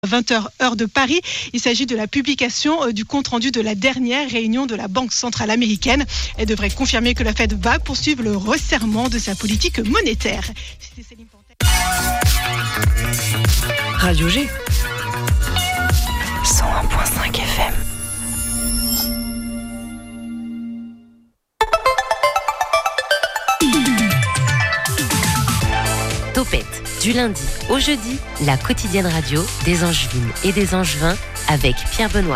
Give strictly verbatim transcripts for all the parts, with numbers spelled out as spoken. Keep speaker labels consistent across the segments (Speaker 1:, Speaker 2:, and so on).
Speaker 1: vingt heures heure de Paris. Il s'agit de la publication du compte-rendu de la dernière réunion de la Banque centrale américaine. Elle devrait confirmer que la Fed va poursuivre le resserrement de sa politique monétaire.
Speaker 2: Radio G cent un virgule cinq F M.
Speaker 3: Topette, du lundi au jeudi, la quotidienne radio des Angevines et des Angevins avec Pierre Benoît.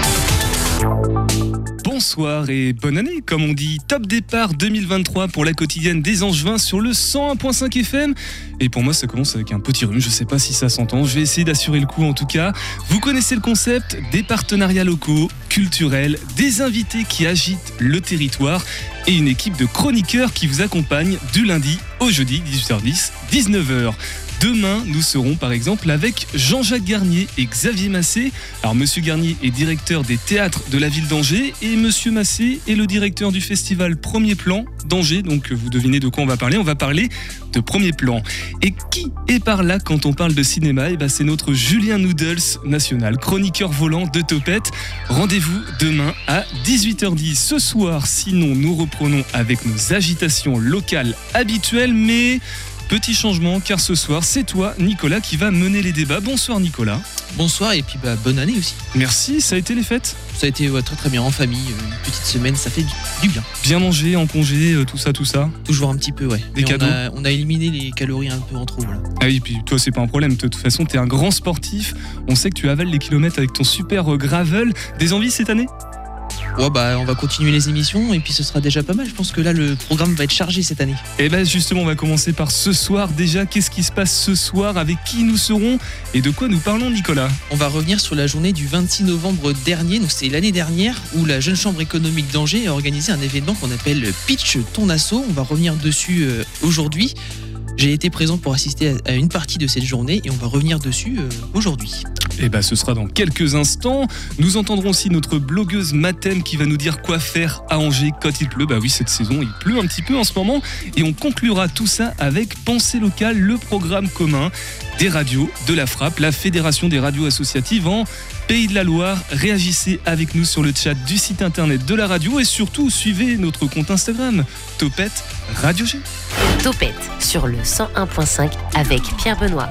Speaker 4: Bonsoir et bonne année, comme on dit. Top départ deux mille vingt-trois pour la quotidienne des Angevins sur le cent un virgule cinq F M. Et pour moi, ça commence avec un petit rhume. Je sais pas si ça s'entend. Je vais essayer d'assurer le coup en tout cas. Vous connaissez le concept des partenariats locaux, culturels, des invités qui agitent le territoire et une équipe de chroniqueurs qui vous accompagne du lundi au jeudi, dix-huit heures dix, dix-neuf heures. Demain, nous serons par exemple avec Jean-Jacques Garnier et Xavier Massé. Alors, Monsieur Garnier est directeur des théâtres de la ville d'Angers et Monsieur Massé est le directeur du festival Premier Plan d'Angers. Donc, vous devinez de quoi on va parler. On va parler de Premier Plan. Et qui est par là quand on parle de cinéma ? Et ben, c'est notre Julien Noodles national, chroniqueur volant de Topette. Rendez-vous demain à dix-huit heures dix. Ce soir, sinon, nous reprenons avec nos agitations locales habituelles, mais... petit changement, car ce soir, c'est toi, Nicolas, qui va mener les débats. Bonsoir, Nicolas.
Speaker 5: Bonsoir, et puis bah, bonne année aussi.
Speaker 4: Merci, ça a été les fêtes ?
Speaker 5: Ça a été ouais, très très bien, en famille, une petite semaine, ça fait du, du bien.
Speaker 4: Bien manger, en congé, euh, tout ça, tout ça ?
Speaker 5: Toujours un petit peu, ouais.
Speaker 4: Des
Speaker 5: Mais
Speaker 4: cadeaux ?
Speaker 5: on a, on a éliminé les calories un peu en trop, voilà.
Speaker 4: Ah oui, puis toi, c'est pas un problème. De toute façon, t'es un grand sportif. On sait que tu avales les kilomètres avec ton super euh, gravel. Des envies cette année ?
Speaker 5: Ouais, bah, on va continuer les émissions et puis ce sera déjà pas mal. Je pense que là, le programme va être chargé cette année.
Speaker 4: Et ben justement, on va commencer par ce soir. Déjà, qu'est-ce qui se passe ce soir ? Avec qui nous serons ? Et de quoi nous parlons, Nicolas ?
Speaker 5: On va revenir sur la journée du vingt-six novembre dernier. Donc, c'est l'année dernière où la Jeune Chambre économique d'Angers a organisé un événement qu'on appelle Pitch ton asso. On va revenir dessus euh, aujourd'hui. J'ai été présent pour assister à une partie de cette journée et on va revenir dessus euh, aujourd'hui.
Speaker 4: Et bah ce sera dans quelques instants. Nous entendrons aussi notre blogueuse Mathem qui va nous dire quoi faire à Angers quand il pleut. Bah oui, cette saison, il pleut un petit peu en ce moment. Et on conclura tout ça avec Pensée locale, le programme commun des radios de la Frappe, la Fédération des radios associatives en Pays de la Loire. Réagissez avec nous sur le chat du site internet de la radio et surtout suivez notre compte Instagram, Topette Radio G.
Speaker 3: Topette sur le cent un virgule cinq avec Pierre Benoît.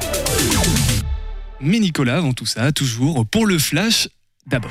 Speaker 4: Mais Nicolas, avant tout ça, toujours pour le flash d'abord.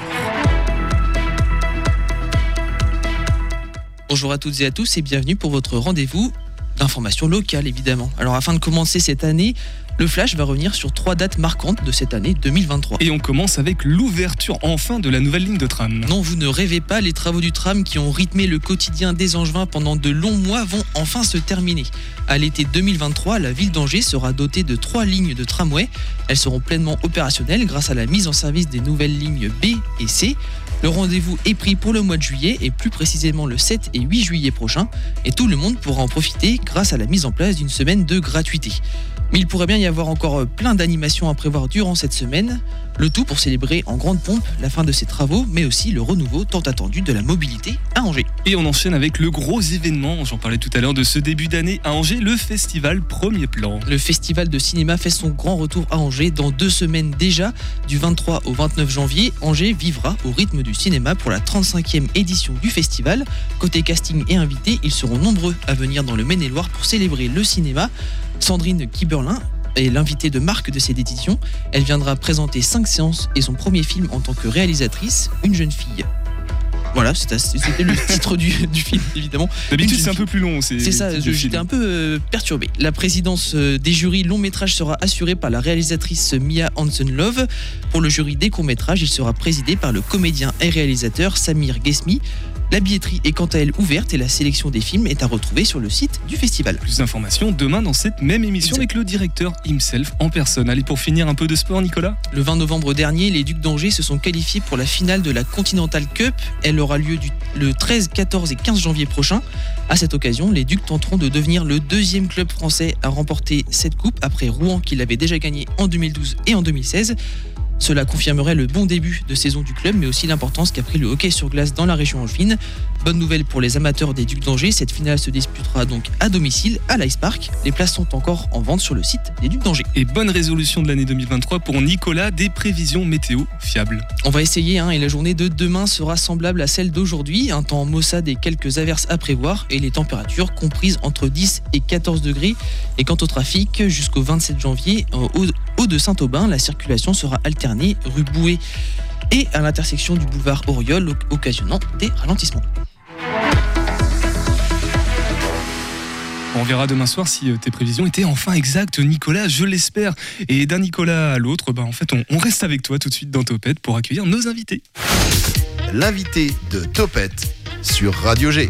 Speaker 5: Bonjour à toutes et à tous et bienvenue pour votre rendez-vous d'information locale évidemment. Alors afin de commencer cette année, le Flash va revenir sur trois dates marquantes de cette année deux mille vingt-trois.
Speaker 4: Et on commence avec l'ouverture enfin de la nouvelle ligne de tram.
Speaker 5: Non, vous ne rêvez pas, les travaux du tram qui ont rythmé le quotidien des Angevins pendant de longs mois vont enfin se terminer. À l'été deux mille vingt-trois, la ville d'Angers sera dotée de trois lignes de tramway. Elles seront pleinement opérationnelles grâce à la mise en service des nouvelles lignes B et C. Le rendez-vous est pris pour le mois de juillet et plus précisément le sept et huit juillet prochain. Et tout le monde pourra en profiter grâce à la mise en place d'une semaine de gratuité. Mais il pourrait bien y avoir encore plein d'animations à prévoir durant cette semaine. Le tout pour célébrer en grande pompe la fin de ces travaux, mais aussi le renouveau tant attendu de la mobilité à Angers.
Speaker 4: Et on enchaîne avec le gros événement, j'en parlais tout à l'heure, de ce début d'année à Angers, le festival Premier Plan.
Speaker 5: Le festival de cinéma fait son grand retour à Angers dans deux semaines déjà. Du vingt-trois au vingt-neuf janvier, Angers vivra au rythme du cinéma pour la trente-cinquième édition du festival. Côté casting et invités, ils seront nombreux à venir dans le Maine-et-Loire pour célébrer le cinéma. Sandrine Kiberlin est l'invitée de marque de cette édition. Elle viendra présenter cinq séances et son premier film en tant que réalisatrice, Une jeune fille. Voilà, c'était le titre du, du film, évidemment.
Speaker 4: D'habitude, c'est un peu plus long. C'est,
Speaker 5: c'est ça, je, j'étais un peu euh, perturbé. La présidence euh, des jurys long métrage sera assurée par la réalisatrice Mia Hansen-Love. Pour le jury des courts métrages, il sera présidé par le comédien et réalisateur Samir Ghesmi. La billetterie est quant à elle ouverte et la sélection des films est à retrouver sur le site du festival.
Speaker 4: Plus d'informations demain dans cette même émission exact. Avec le directeur himself en personne. Allez, pour finir, un peu de sport, Nicolas.
Speaker 5: Le vingt novembre dernier, les Ducs d'Angers se sont qualifiés pour la finale de la Continental Cup. Elle aura lieu du, le treize, quatorze et quinze janvier prochain. À cette occasion, les Ducs tenteront de devenir le deuxième club français à remporter cette coupe après Rouen qui l'avait déjà gagnée en deux mille douze et en deux mille seize. Cela confirmerait le bon début de saison du club, mais aussi l'importance qu'a pris le hockey sur glace dans la région angevine. Bonne nouvelle pour les amateurs des Ducs d'Angers, cette finale se disputera donc à domicile à l'Ice Park. Les places sont encore en vente sur le site des Ducs d'Angers.
Speaker 4: Et bonne résolution de l'année deux mille vingt-trois pour Nicolas, des prévisions météo fiables.
Speaker 5: On va essayer hein, et la journée de demain sera semblable à celle d'aujourd'hui. Un temps maussade et quelques averses à prévoir et les températures comprises entre dix et quatorze degrés. Et quant au trafic, jusqu'au vingt-sept janvier, au, au de Saint-Aubin, la circulation sera alternée rue Bouet et à l'intersection du boulevard Auriol, occasionnant des ralentissements.
Speaker 4: On verra demain soir si tes prévisions étaient enfin exactes, Nicolas, je l'espère. Et d'un Nicolas à l'autre, bah en fait, on, on reste avec toi tout de suite dans Topette pour accueillir nos invités.
Speaker 6: L'invité de Topette sur Radio G.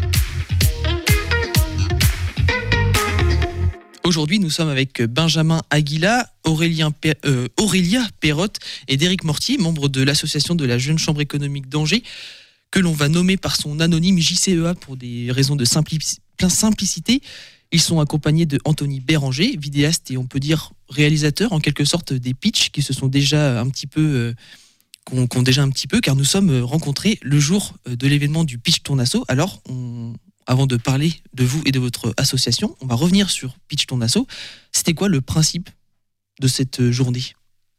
Speaker 5: Aujourd'hui, nous sommes avec Benjamin Aguila, Aurélien Pe- euh, Aurélia Perrotte et Déric Mortier, membres de l'association de la Jeune Chambre économique d'Angers, que l'on va nommer par son anonyme J C E A pour des raisons de simpli- simplicité. Ils sont accompagnés de Anthony Béranger, vidéaste et on peut dire réalisateur en quelque sorte des pitchs qui se sont déjà un petit peu, euh, qu'on, qu'on déjà un petit peu, car nous sommes rencontrés le jour de l'événement du Pitch Ton Asso. Alors, on, avant de parler de vous et de votre association, on va revenir sur Pitch Ton Asso. C'était quoi le principe de cette journée, Aurélia ?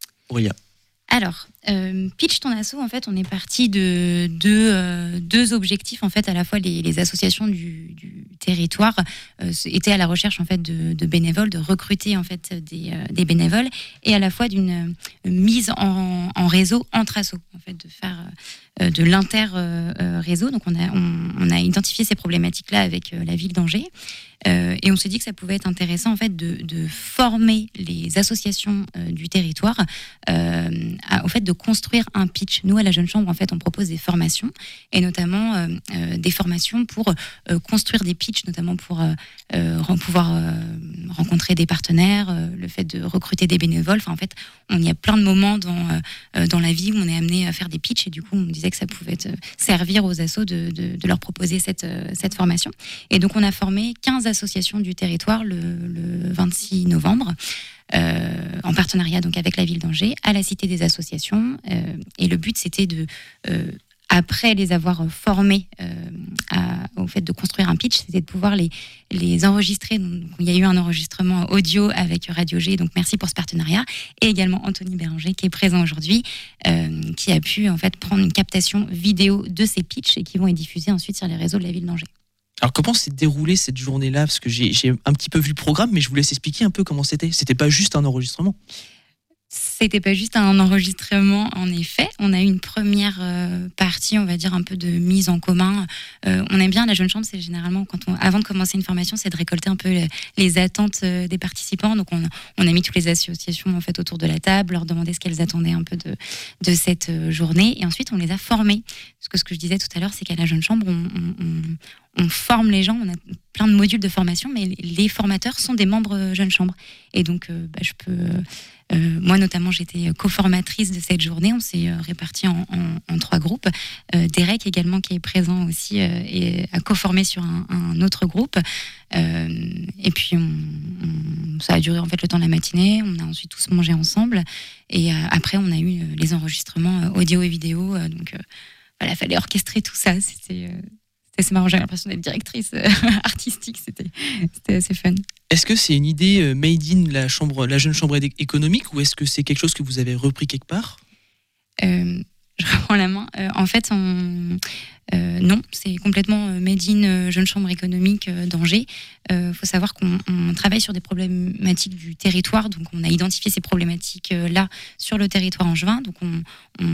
Speaker 7: Alors, euh, Pitch Ton Asso, en fait, on est parti de deux, euh, deux objectifs. En fait, à la fois, les, les associations du, du territoire euh, étaient à la recherche en fait de, de bénévoles, de recruter en fait des, euh, des bénévoles, et à la fois d'une euh, mise en, en réseau entre assos, en fait, de faire euh, de l'inter-réseau. Euh, Donc, on a, on, on a identifié ces problématiques-là avec euh, la ville d'Angers. Euh, et on s'est dit que ça pouvait être intéressant en fait de, de former les associations euh, du territoire euh, à, au fait de construire un pitch. Nous à la Jeune Chambre en fait on propose des formations et notamment euh, euh, des formations pour euh, construire des pitchs, notamment pour euh, euh, pouvoir euh, rencontrer des partenaires, euh, le fait de recruter des bénévoles. Enfin en fait on y a plein de moments dans euh, dans la vie où on est amené à faire des pitchs et du coup on me disait que ça pouvait être, servir aux assos de, de, de leur proposer cette cette formation. Et donc on a formé quinze associations du territoire le, le vingt-six novembre euh, en partenariat donc avec la ville d'Angers à la Cité des associations euh, et le but c'était de euh, après les avoir formés euh, à, au fait de construire un pitch, c'était de pouvoir les, les enregistrer. Donc, il y a eu un enregistrement audio avec Radio G, donc merci pour ce partenariat. Et également Anthony Béranger qui est présent aujourd'hui, euh, qui a pu en fait prendre une captation vidéo de ces pitchs et qui vont être diffusés ensuite sur les réseaux de la ville d'Angers.
Speaker 5: Alors comment s'est déroulée cette journée-là ? Parce que j'ai, j'ai un petit peu vu le programme, mais je vous laisse expliquer un peu comment c'était. C'était pas juste un enregistrement.
Speaker 7: C'était pas juste un enregistrement, en effet. On a eu une première euh, partie, on va dire, un peu de mise en commun. Euh, on aime bien, la Jeune Chambre, c'est généralement, quand on, avant de commencer une formation, c'est de récolter un peu les, les attentes euh, des participants. Donc, on, on a mis toutes les associations en fait, autour de la table, leur demander ce qu'elles attendaient un peu de, de cette euh, journée. Et ensuite, on les a formés. Parce que ce que je disais tout à l'heure, c'est qu'à la Jeune Chambre, on, on, on, on forme les gens. On a plein de modules de formation, mais les formateurs sont des membres Jeune Chambre. Et donc, euh, bah, je peux... Euh, moi notamment j'étais co-formatrice de cette journée, on s'est euh, répartis en, en, en trois groupes. euh, Derek également qui est présent aussi euh, et a co-formé sur un, un autre groupe euh, et puis on, on, ça a duré en fait le temps de la matinée, on a ensuite tous mangé ensemble et euh, après on a eu euh, les enregistrements euh, audio et vidéo euh, donc euh, voilà, il fallait orchestrer tout ça, c'était... Euh, C'est marrant, j'ai l'impression d'être directrice euh, artistique, c'était, c'était assez fun.
Speaker 5: Est-ce que c'est une idée made in la, chambre, la Jeune Chambre économique ou est-ce que c'est quelque chose que vous avez repris quelque part ?
Speaker 7: euh, Je reprends la main. Euh, en fait, on... Euh, non, c'est complètement made in euh, Jeune Chambre économique euh, d'Angers. Il euh, faut savoir qu'on on travaille sur des problématiques du territoire, donc on a identifié ces problématiques-là euh, sur le territoire angevin. Donc on, on,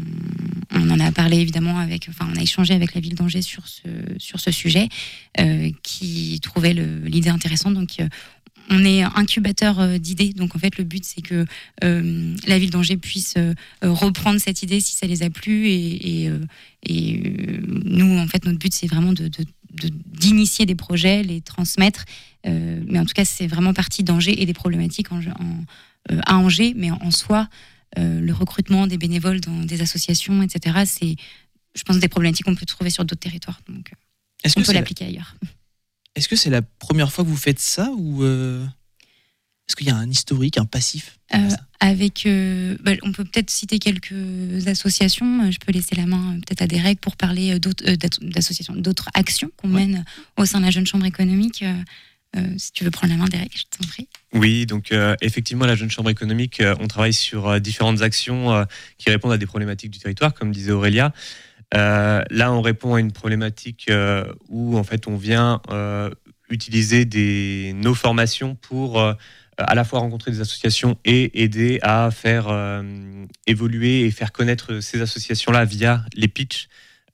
Speaker 7: on en a parlé évidemment avec, enfin on a échangé avec la ville d'Angers sur ce, sur ce sujet, euh, qui trouvait le, l'idée intéressante. Donc euh, on est incubateur d'idées, donc en fait le but c'est que euh, la ville d'Angers puisse euh, reprendre cette idée si ça les a plu et, et, euh, et euh, nous en fait notre but c'est vraiment de, de, de, d'initier des projets, les transmettre, euh, mais en tout cas c'est vraiment partie d'Angers et des problématiques en, en, euh, à Angers, mais en, en soi euh, le recrutement des bénévoles dans des associations, et cetera. C'est, je pense, des problématiques qu'on peut trouver sur d'autres territoires, donc
Speaker 5: Est-ce
Speaker 7: on
Speaker 5: que
Speaker 7: peut
Speaker 5: c'est
Speaker 7: l'appliquer la... ailleurs.
Speaker 5: Est-ce que c'est la première fois que vous faites ça ou euh... Est-ce qu'il y a un historique, un passif
Speaker 7: euh, avec, euh, bah, on peut peut-être citer quelques associations. Je peux laisser la main peut-être à Derek pour parler d'autres, euh, d'associations, d'autres actions qu'on ouais. mène au sein de la Jeune Chambre économique. Euh, euh, si tu veux prendre la main, Derek, je t'en prie.
Speaker 8: Oui, donc euh, effectivement, la Jeune Chambre économique, euh, on travaille sur euh, différentes actions euh, qui répondent à des problématiques du territoire, comme disait Aurélia. Euh, là, on répond à une problématique euh, où en fait, on vient euh, utiliser des, nos formations pour euh, à la fois rencontrer des associations et aider à faire euh, évoluer et faire connaître ces associations-là via les pitchs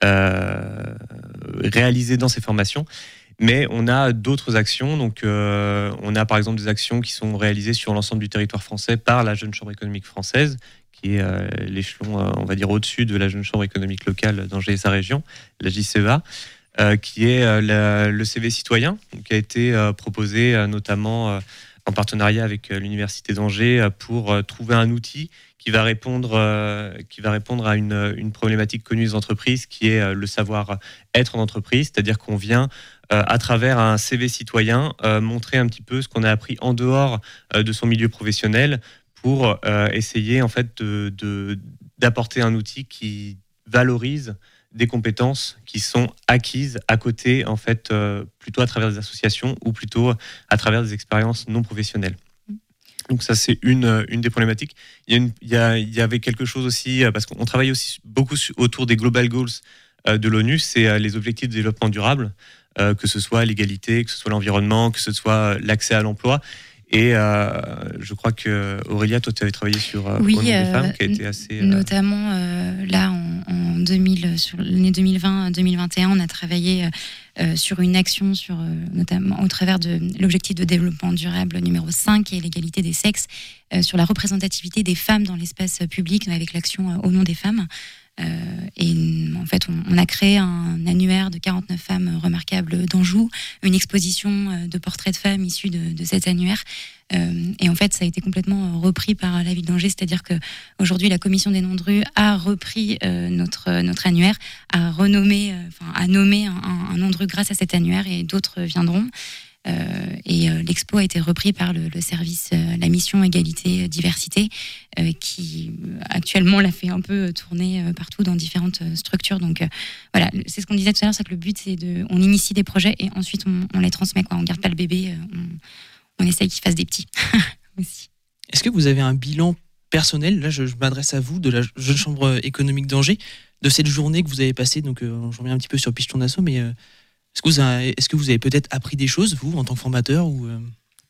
Speaker 8: euh, réalisés dans ces formations. Mais on a d'autres actions. Donc, euh, on a par exemple des actions qui sont réalisées sur l'ensemble du territoire français par la Jeune Chambre économique française, qui est euh, l'échelon, euh, on va dire, au-dessus de la Jeune Chambre économique locale d'Angers et sa région, la J C E A, euh, qui est euh, la, le C V citoyen, qui a été euh, proposé euh, notamment euh, en partenariat avec euh, l'Université d'Angers euh, pour euh, trouver un outil qui va répondre, euh, qui va répondre à une, une problématique connue des entreprises, qui est euh, le savoir-être en entreprise, c'est-à-dire qu'on vient euh, à travers un C V citoyen euh, montrer un petit peu ce qu'on a appris en dehors euh, de son milieu professionnel, pour euh, essayer en fait de, de, d'apporter un outil qui valorise des compétences qui sont acquises à côté, en fait, euh, plutôt à travers des associations ou plutôt à travers des expériences non professionnelles. Donc ça, c'est une, une des problématiques. Il y, a une, il, y a, il y avait quelque chose aussi, parce qu'on travaille aussi beaucoup autour des Global Goals de l'ONU, c'est les objectifs de développement durable, euh, que ce soit l'égalité, que ce soit l'environnement, que ce soit l'accès à l'emploi. Et euh, je crois que Aurélia, toi, tu avais travaillé sur euh,
Speaker 7: oui,
Speaker 8: Au nom des
Speaker 7: euh,
Speaker 8: femmes, qui a été assez... Euh...
Speaker 7: Notamment, euh, là, en, en deux mille, sur l'année deux mille vingt deux mille vingt et un, on a travaillé euh, sur une action, sur, euh, notamment au travers de l'objectif de développement durable numéro cinq, qui est l'égalité des sexes, euh, sur la représentativité des femmes dans l'espace public, avec l'action euh, Au nom des femmes. Euh, et en fait, on, on a créé un annuaire de quarante-neuf femmes remarquables d'Anjou, une exposition de portraits de femmes issus de, de cet annuaire. Euh, et en fait, ça a été complètement repris par la ville d'Angers, c'est-à-dire que aujourd'hui, la commission des noms de rue a repris euh, notre notre annuaire, a renommé, euh, enfin, a nommé un, un nom de rue grâce à cet annuaire, et d'autres viendront. Euh, et euh, l'expo a été repris par le, le service, euh, la mission égalité diversité, euh, qui euh, actuellement l'a fait un peu tourner euh, partout dans différentes euh, structures. Donc euh, voilà, c'est ce qu'on disait tout à l'heure, c'est que le but, c'est de, on initie des projets et ensuite on, on les transmet, quoi. On garde pas le bébé, euh, on, on essaye qu'il fasse des petits aussi.
Speaker 5: Est-ce que vous avez un bilan personnel, là je, je m'adresse à vous, de la Jeune Chambre économique d'Angers, de cette journée que vous avez passée, donc euh, je reviens un petit peu sur Pitch ton asso, mais euh, Est-ce que, vous avez, est-ce que vous avez peut-être appris des choses, vous, en tant que formateur ou euh...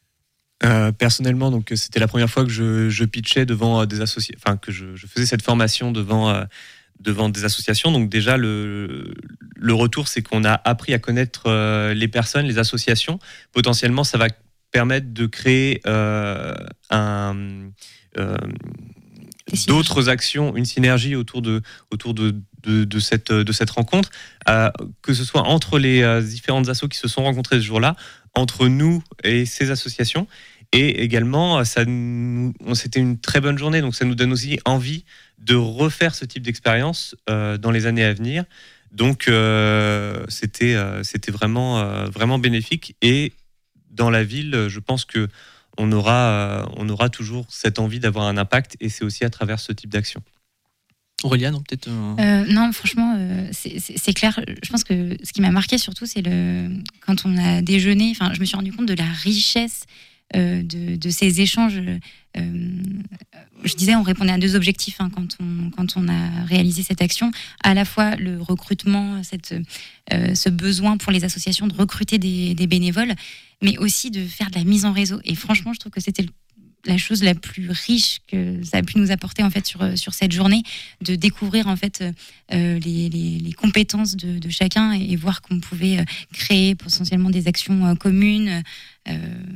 Speaker 8: Euh, personnellement, donc c'était la première fois que je, je pitchais devant des associations, enfin que je, je faisais cette formation devant euh, devant des associations. Donc déjà le le retour, c'est qu'on a appris à connaître euh, les personnes, les associations. Potentiellement, ça va permettre de créer euh, un euh, d'autres actions, une synergie autour de autour de De, de, cette, de cette rencontre, euh, que ce soit entre les euh, différentes assos qui se sont rencontrées ce jour-là, entre nous et ces associations, et également, ça nous, c'était une très bonne journée, donc ça nous donne aussi envie de refaire ce type d'expérience euh, dans les années à venir. Donc, euh, c'était, euh, c'était vraiment, euh, vraiment bénéfique, et dans la ville, je pense que on aura, euh, on aura toujours cette envie d'avoir un impact, et c'est aussi à travers ce type d'action.
Speaker 5: Aurélia, non, peut-être euh...
Speaker 7: Euh, non, franchement, euh, c'est, c'est, c'est clair. Je pense que ce qui m'a marqué surtout, c'est le quand on a déjeuné. Enfin, je me suis rendu compte de la richesse euh, de, de ces échanges. Euh, je disais, on répondait à deux objectifs hein, quand on quand on a réalisé cette action. À la fois le recrutement, cette, euh, ce besoin pour les associations de recruter des, des bénévoles, mais aussi de faire de la mise en réseau. Et franchement, je trouve que c'était le la chose la plus riche que ça a pu nous apporter en fait sur sur cette journée, de découvrir en fait euh, les, les les compétences de, de chacun et, et voir qu'on pouvait créer potentiellement des actions euh, communes. Euh,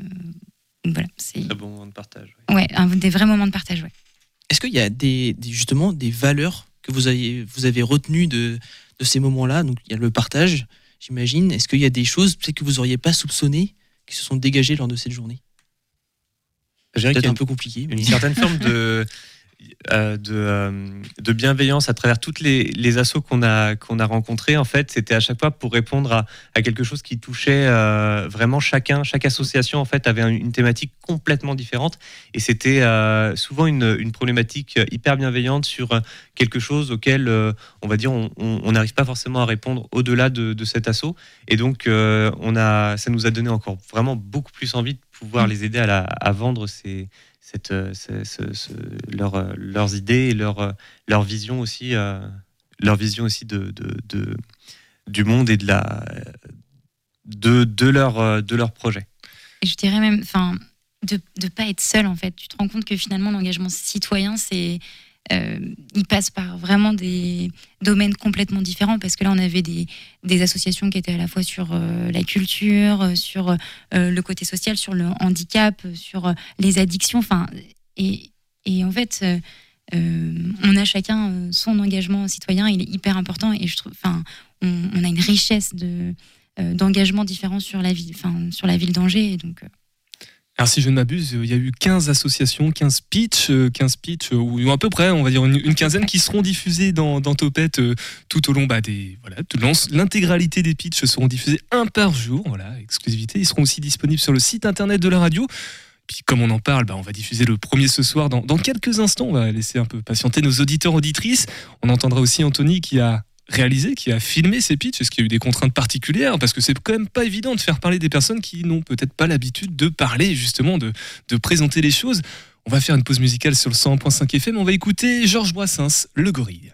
Speaker 7: voilà, c'est
Speaker 8: très bon moment de partage. Ouais,
Speaker 7: ouais un, des vrais moments de partage. Ouais.
Speaker 5: Est-ce qu'il y a des, des justement des valeurs que vous avez vous avez retenues de de ces moments-là? Donc il y a le partage, j'imagine. Est-ce qu'il y a des choses peut-être que vous auriez pas soupçonnées qui se sont dégagées lors de cette journée?
Speaker 8: Je dirais
Speaker 5: peut-être
Speaker 8: qu'il y a
Speaker 5: un peu compliqué.
Speaker 8: Mais... Une certaine forme de, euh, de, euh, de bienveillance à travers toutes les, les assos qu'on a, qu'on a rencontrés. En fait, c'était à chaque fois pour répondre à, à quelque chose qui touchait euh, vraiment chacun. Chaque association en fait avait une thématique complètement différente et c'était euh, souvent une, une problématique hyper bienveillante sur quelque chose auquel euh, on va dire on n'arrive pas forcément à répondre au-delà de, de cet asso. Et donc euh, on a, ça nous a donné encore vraiment beaucoup plus envie de pouvoir mmh. les aider à, la, à vendre ces Cette, ce, ce, ce, leur, leurs idées et leur, leur vision aussi, euh, leur vision aussi de, de, de, du monde et de, la, de, de, leur, de leur projet.
Speaker 7: Et je dirais même de ne pas être seul, en fait. Tu te rends compte que finalement, l'engagement citoyen, c'est, euh, il passe par vraiment des domaines complètement différents, parce que là, on avait des, des associations qui étaient à la fois sur euh, la culture, sur euh, le côté social, sur le handicap, sur euh, les addictions, enfin, et, et en fait, euh, euh, on a chacun euh, son engagement citoyen, il est hyper important, et je trouve, enfin, on, on a une richesse de, euh, d'engagement différent sur la ville, enfin, sur la ville d'Angers, et donc... Euh,
Speaker 4: Alors si je ne m'abuse, il y a eu quinze associations, quinze pitchs, quinze pitchs, ou à peu près, on va dire une, une quinzaine qui seront diffusés dans, dans Topette euh, tout au long bah, des... Voilà, de l'intégralité des pitchs seront diffusés un par jour, voilà, exclusivité. Ils seront aussi disponibles sur le site internet de la radio. Puis comme on en parle, bah, on va diffuser le premier ce soir dans, dans quelques instants. On va laisser un peu patienter nos auditeurs, auditrices. On entendra aussi Anthony qui a... réalisé, qui a filmé ces pitchs. Est-ce qu'il y a eu des contraintes particulières? Parce que c'est quand même pas évident de faire parler des personnes qui n'ont peut-être pas l'habitude de parler, justement, de, de présenter les choses. On va faire une pause musicale sur le cent un point cinq F M. On va écouter Georges Brassens, Le Gorille.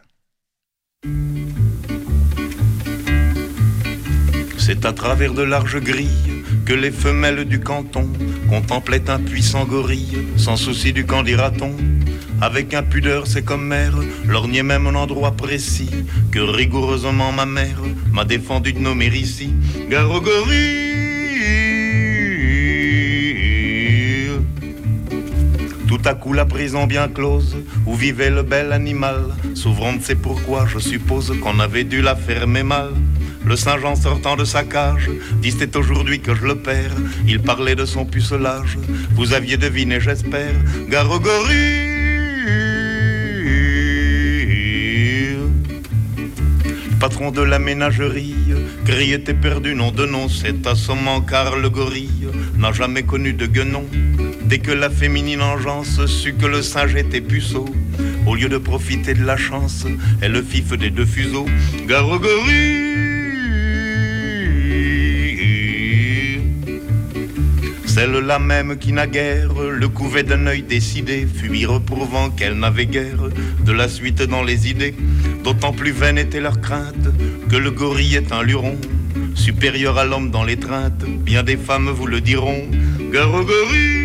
Speaker 9: C'est à travers de larges grilles que les femelles du canton contemplaient un puissant gorille, sans souci du qu'en dira-t-on. Avec impudeur, c'est comme mère, lorgnait même un endroit précis que rigoureusement ma mère m'a défendu de nommer ici. Gare au gorille. Tout à coup la prison bien close où vivait le bel animal, s'ouvrant de c'est pourquoi je suppose qu'on avait dû la fermer mal. Le Saint-Jean sortant de sa cage dit c'est aujourd'hui que je le perds. Il parlait de son pucelage, vous aviez deviné j'espère. Gare au gorille. Patron de la ménagerie, grille était perdu, nom de nom, c'est assommant car le gorille n'a jamais connu de guenon. Dès que la féminine engeance sut que le singe était puceau, au lieu de profiter de la chance, elle le fif des deux fuseaux. Gare au gorille. Celle-là même qui naguère le couvait d'un œil décidé, fut lui reprouvant qu'elle n'avait guère de la suite dans les idées. D'autant plus vaine était leur crainte que le gorille est un luron, supérieur à l'homme dans l'étreinte, bien des femmes vous le diront. Gare au gorille.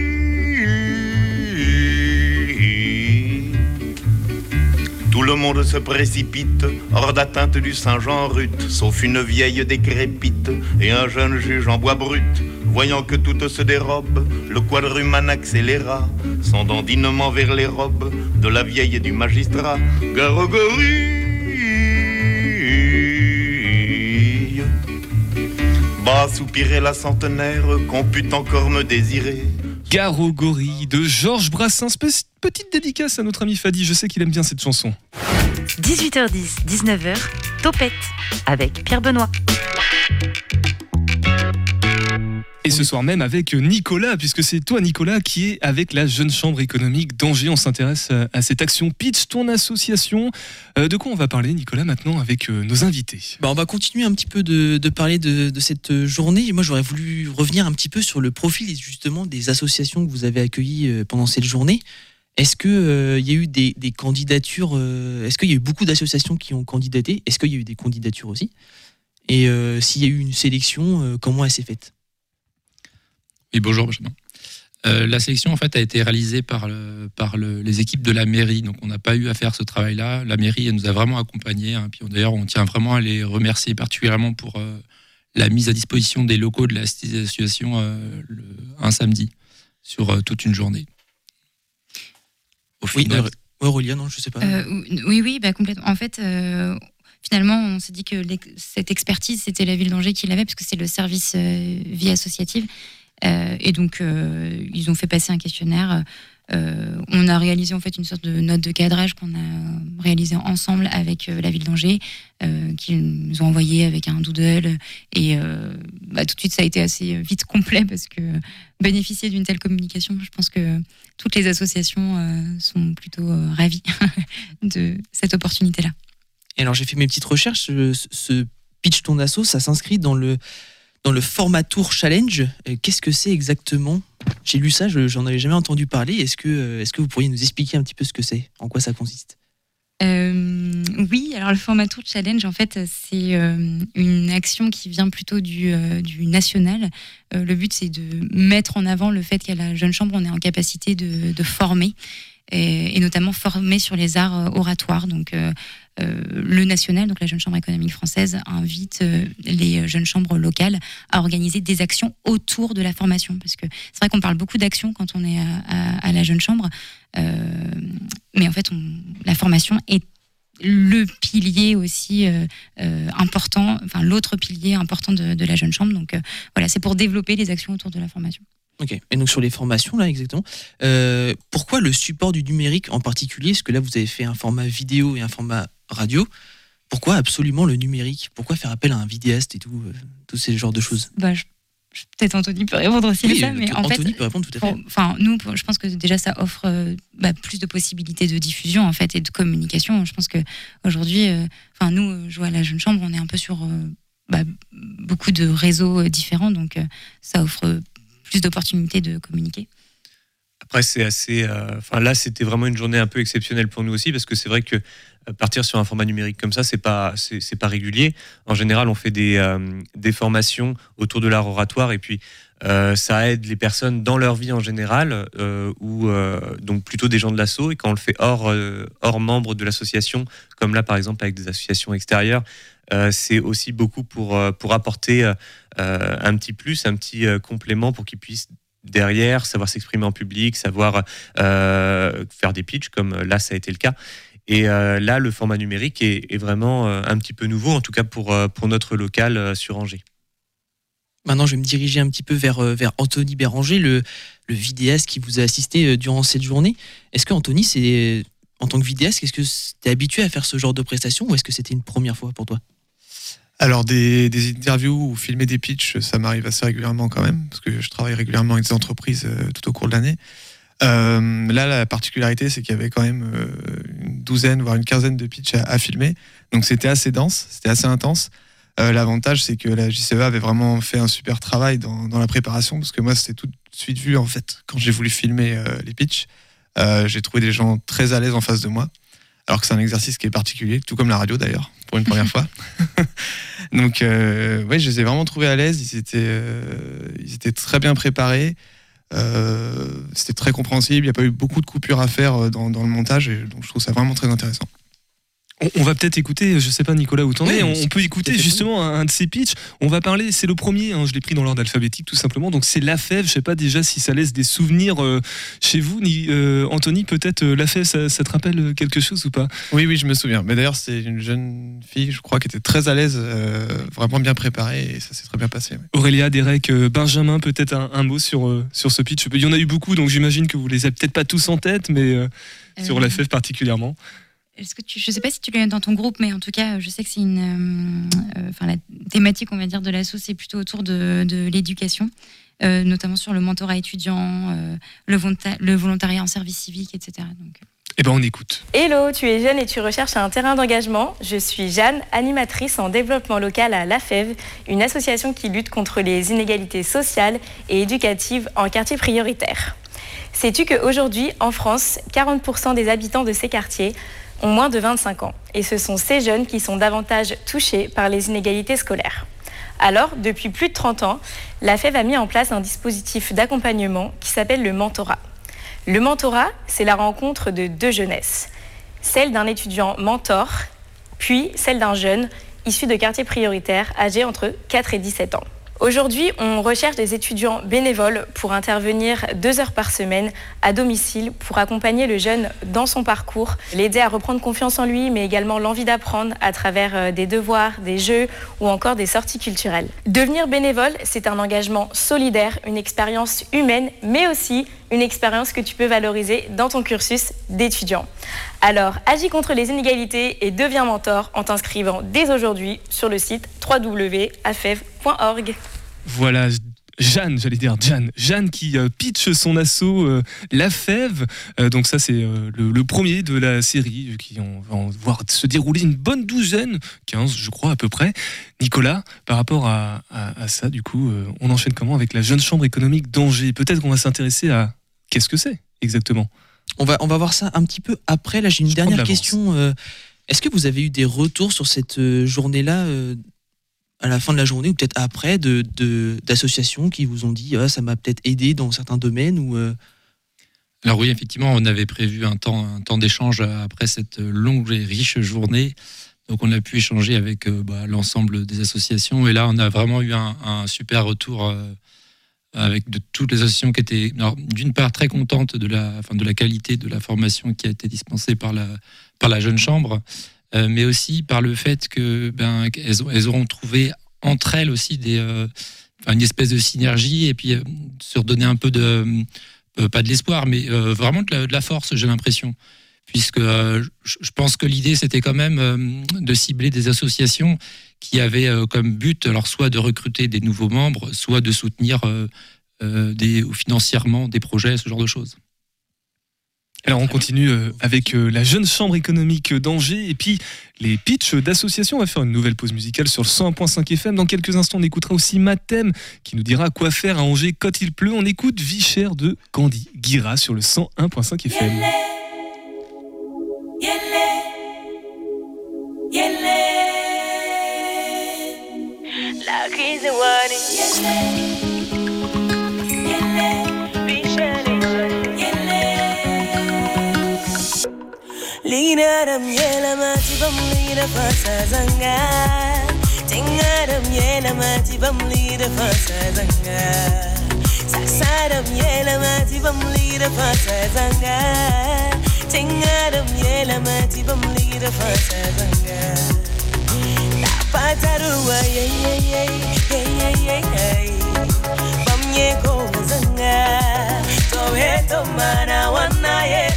Speaker 9: Tout le monde se précipite hors d'atteinte du Saint-Jean rut, sauf une vieille décrépite et un jeune juge en bois brut. Voyant que tout se dérobe, le quadrumane accéléra son dandinement vers les robes de la vieille et du magistrat. Gare au gorille. Bas soupirait la centenaire qu'on put encore me désirer.
Speaker 4: Gare au gorille de Georges Brassens. Petite dédicace à notre ami Fadi, je sais qu'il aime bien cette chanson.
Speaker 2: dix-huit heures dix, dix-neuf heures, Topette avec Pierre Benoît.
Speaker 4: Et ce soir même avec Nicolas, puisque c'est toi Nicolas qui est avec la Jeune Chambre économique d'Angers. On s'intéresse à cette action Pitch, ton association. Euh, de quoi on va parler Nicolas maintenant avec euh, nos invités?
Speaker 5: Bah, on va continuer un petit peu de, de parler de, de cette journée. Moi j'aurais voulu revenir un petit peu sur le profil justement des associations que vous avez accueillies pendant cette journée. Est-ce qu'il euh, y a eu des, des candidatures euh, Est-ce qu'il y a eu beaucoup d'associations qui ont candidaté? Est-ce qu'il y a eu des candidatures aussi? Et euh, s'il y a eu une sélection, euh, comment elle s'est faite?
Speaker 10: Oui, bonjour Benjamin. Euh, la sélection en fait a été réalisée par, le, par le, les équipes de la mairie, donc on n'a pas eu à faire ce travail-là. La mairie elle nous a vraiment accompagnés, hein, puis d'ailleurs on tient vraiment à les remercier particulièrement pour euh, la mise à disposition des locaux de la association euh, le, un samedi sur euh, toute une journée. Au
Speaker 5: oui,
Speaker 10: final,
Speaker 5: euh, Aurélia, non, je sais pas.
Speaker 7: Euh, oui, oui, bah, complètement. En fait, euh, finalement, on s'est dit que cette expertise, c'était la ville d'Angers qui l'avait, parce que c'est le service euh, vie associative. Euh, et donc, euh, ils ont fait passer un questionnaire euh, on a réalisé en fait une sorte de note de cadrage qu'on a réalisée ensemble avec euh, la ville d'Angers, euh, qui nous ont envoyé avec un doodle. Et euh, bah, tout de suite, ça a été assez vite complet parce que bénéficier d'une telle communication, je pense que toutes les associations euh, sont plutôt euh, ravies de cette opportunité-là.
Speaker 5: Et alors, j'ai fait mes petites recherches. Ce, ce Pitch ton asso, ça s'inscrit dans le, dans le format Tour Challenge. Qu'est-ce que c'est exactement ? J'ai lu ça, je, j'en avais jamais entendu parler. Est-ce que, est-ce que vous pourriez nous expliquer un petit peu ce que c'est ? En quoi ça consiste ?
Speaker 7: Euh, oui, alors le format Tour Challenge, en fait, c'est euh, une action qui vient plutôt du, euh, du national. Euh, le but, c'est de mettre en avant le fait qu'à la Jeune Chambre, on est en capacité de, de former, et, et notamment former sur les arts oratoires. Donc, euh, euh, le national, donc la Jeune Chambre économique française, invite euh, les jeunes chambres locales à organiser des actions autour de la formation. Parce que c'est vrai qu'on parle beaucoup d'actions quand on est à, à, à la Jeune Chambre, euh, mais en fait, on, la formation est le pilier aussi euh, euh, important, enfin l'autre pilier important de, de la Jeune Chambre. Donc euh, voilà, c'est pour développer les actions autour de la formation.
Speaker 5: Ok, et donc sur les formations, là, exactement, euh, pourquoi le support du numérique en particulier ? Parce que là, vous avez fait un format vidéo et un format radio. Pourquoi absolument le numérique ? Pourquoi faire appel à un vidéaste et tout, euh, tous ces genres de choses ?
Speaker 7: bah, je, je, Peut-être Anthony peut répondre aussi
Speaker 5: oui,
Speaker 7: à ça, mais en
Speaker 5: Anthony
Speaker 7: fait,
Speaker 5: peut répondre tout à fait.
Speaker 7: Enfin, nous, je pense que déjà, ça offre euh, bah, plus de possibilités de diffusion en fait et de communication. Je pense que aujourd'hui, enfin, euh, nous, je vois à la Jeune Chambre, on est un peu sur euh, bah, beaucoup de réseaux euh, différents, donc euh, ça offre euh, plus d'opportunités de communiquer.
Speaker 8: Après, c'est assez. Enfin, euh, là, c'était vraiment une journée un peu exceptionnelle pour nous aussi, parce que c'est vrai que euh, partir sur un format numérique comme ça, c'est pas, c'est, c'est pas régulier. En général, on fait des, euh, des formations autour de l'art oratoire, et puis euh, ça aide les personnes dans leur vie en général, euh, ou euh, donc plutôt des gens de l'asso. Et quand on le fait hors, euh, hors membre de l'association, comme là, par exemple, avec des associations extérieures, euh, c'est aussi beaucoup pour, pour apporter euh, un petit plus, un petit euh, complément pour qu'ils puissent derrière, savoir s'exprimer en public, savoir euh, faire des pitchs, comme là, ça a été le cas. Et euh, là, le format numérique est, est vraiment euh, un petit peu nouveau, en tout cas pour, euh, pour notre local euh, sur Angers.
Speaker 5: Maintenant, je vais me diriger un petit peu vers, vers Anthony Béranger, le, le vidéaste qui vous a assisté durant cette journée. Est-ce que, Anthony, c'est, en tant que vidéaste, est-ce que tu es habitué à faire ce genre de prestations, ou est-ce que c'était une première fois pour toi ?
Speaker 11: Alors, des, des interviews ou filmer des pitchs, ça m'arrive assez régulièrement quand même, parce que je travaille régulièrement avec des entreprises euh, tout au cours de l'année. Euh, là, la particularité, c'est qu'il y avait quand même euh, une douzaine, voire une quinzaine de pitchs à, à filmer. Donc, c'était assez dense, c'était assez intense. Euh, l'avantage, c'est que la J C E A avait vraiment fait un super travail dans, dans la préparation, parce que moi, c'était tout de suite vu, en fait, quand j'ai voulu filmer euh, les pitchs. Euh, j'ai trouvé des gens très à l'aise en face de moi, alors que c'est un exercice qui est particulier, tout comme la radio d'ailleurs, pour une première fois. Donc, euh, ouais, je les ai vraiment trouvés à l'aise. Ils étaient, euh, ils étaient très bien préparés. Euh, c'était très compréhensible. Il n'y a pas eu beaucoup de coupures à faire dans, dans le montage, et donc je trouve ça vraiment très intéressant.
Speaker 4: On, on va peut-être écouter, je sais pas Nicolas où t'en es,
Speaker 5: oui,
Speaker 4: on, on peut écouter justement un, un de ces pitchs. On va parler, c'est le premier, hein, je l'ai pris dans l'ordre alphabétique tout simplement, donc c'est La Fève. Je sais pas déjà si ça laisse des souvenirs euh, chez vous, ni, euh, Anthony, peut-être euh, La Fève, ça, ça te rappelle quelque chose ou pas ?
Speaker 11: Oui, oui, je me souviens. Mais d'ailleurs, c'est une jeune fille, je crois, qui était très à l'aise, euh, vraiment bien préparée, et ça s'est très bien passé. Ouais.
Speaker 4: Aurélia, Derek, euh, Benjamin, peut-être un, un mot sur, euh, sur ce pitch. Il y en a eu beaucoup, donc j'imagine que vous les avez peut-être pas tous en tête, mais euh, euh... sur La Fève particulièrement.
Speaker 7: Est-ce que tu, je ne sais pas si tu l'as dans ton groupe, mais en tout cas, je sais que c'est une. Euh, enfin, la thématique, on va dire, de l'asso, c'est plutôt autour de, de l'éducation, euh, notamment sur le mentorat étudiant, euh, le, volonta- le volontariat en service civique, et cetera. Donc.
Speaker 4: Eh ben, on écoute.
Speaker 12: Hello, tu es jeune et tu recherches un terrain d'engagement. Je suis Jeanne, animatrice en développement local à La Fève, une association qui lutte contre les inégalités sociales et éducatives en quartier prioritaire. Sais-tu qu'aujourd'hui, en France, quarante pour cent des habitants de ces quartiers ont moins de vingt-cinq ans. Et ce sont ces jeunes qui sont davantage touchés par les inégalités scolaires. Alors, depuis plus de trente ans, la Fève a mis en place un dispositif d'accompagnement qui s'appelle le mentorat. Le mentorat, c'est la rencontre de deux jeunesses. Celle d'un étudiant mentor, puis celle d'un jeune issu de quartiers prioritaires âgé entre quatre et dix-sept ans. Aujourd'hui, on recherche des étudiants bénévoles pour intervenir deux heures par semaine à domicile pour accompagner le jeune dans son parcours, l'aider à reprendre confiance en lui, mais également l'envie d'apprendre à travers des devoirs, des jeux ou encore des sorties culturelles. Devenir bénévole, c'est un engagement solidaire, une expérience humaine, mais aussi une expérience que tu peux valoriser dans ton cursus d'étudiant. Alors, agis contre les inégalités et deviens mentor en t'inscrivant dès aujourd'hui sur le site w w w point a f e v point org.
Speaker 4: Voilà, Jeanne, j'allais dire Jeanne, Jeanne qui euh, pitch son assaut euh, La Fève. Euh, donc ça c'est euh, le, le premier de la série euh, qui on va en voir se dérouler une bonne douzaine, quinze je crois à peu près. Nicolas, par rapport à, à, à ça, du coup, euh, on enchaîne comment avec la Jeune Chambre économique d'Angers? Peut-être qu'on va s'intéresser à qu'est-ce que c'est exactement.
Speaker 5: On va, on va voir ça un petit peu après. Là j'ai une je dernière question. Euh, est-ce que vous avez eu des retours sur cette euh, journée-là euh, à la fin de la journée ou peut-être après, de, de, d'associations qui vous ont dit ah, ça m'a peut-être aidé dans certains domaines ou euh...
Speaker 10: Alors oui, effectivement, on avait prévu un temps, un temps d'échange après cette longue et riche journée. Donc on a pu échanger avec euh, bah, l'ensemble des associations. Et là, on a vraiment eu un, un super retour euh, avec de toutes les associations qui étaient, alors, d'une part, très contentes de la, enfin, de la qualité de la formation qui a été dispensée par la, par la Jeune Chambre. Euh, mais aussi par le fait que ben elles, elles auront trouvé entre elles aussi des, euh, une espèce de synergie et puis euh, se redonner un peu de euh, pas de l'espoir mais euh, vraiment de la, de la force, j'ai l'impression, puisque euh, je pense que l'idée c'était quand même euh, de cibler des associations qui avaient euh, comme but alors soit de recruter des nouveaux membres, soit de soutenir euh, euh, des, ou financièrement des projets, ce genre de choses.
Speaker 4: Alors on continue avec la Jeune Chambre économique d'Angers et puis les pitchs d'associations. On va faire une nouvelle pause musicale sur le cent un virgule cinq F M. Dans quelques instants, on écoutera aussi Mathem qui nous dira quoi faire à Angers quand il pleut. On écoute Vie chère de Candy Guira sur le cent un virgule cinq F M.
Speaker 13: Yelle, yelle, la crise est Linaram yela mati bam lida fasa zanga Tingaram yela mati bam lida fasa zanga Sasaram yela mati bam lida fasa zanga Tingaram yela mati bam lida fasa zanga Tapataruwa ye ye ye ye ye ye ye Bam ye ko zanga Toheto mana wana ye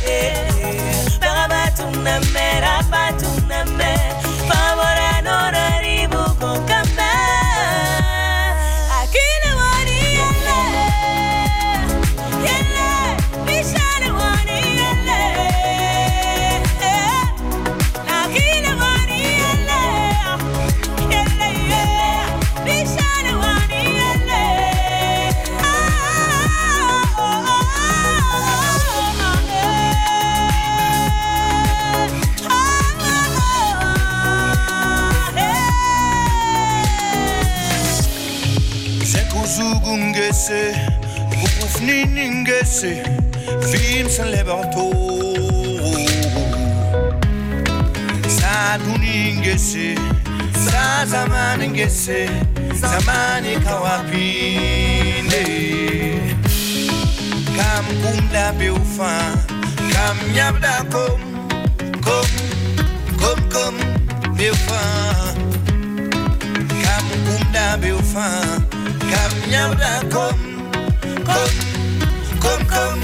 Speaker 13: Tuna me, rapa tuna me, favora no raribu con camba. Aquí le wani yelle, yelle, bishane wani yelle. Aquí le wani yelle, yelle yelle, bishane wani yelle. Ah oh oh oh.
Speaker 14: Zugungese, Bukufniningese, Vincent Leberto, Saduningese, Sazamaningese, Zamani Kawapine, Kam Kumda Beufa, Kam Yabda Kom, Kom, Kom, Kom, Beufa, Kam Kumda Beufa. Kam nyauda kom, kom, kom, kom.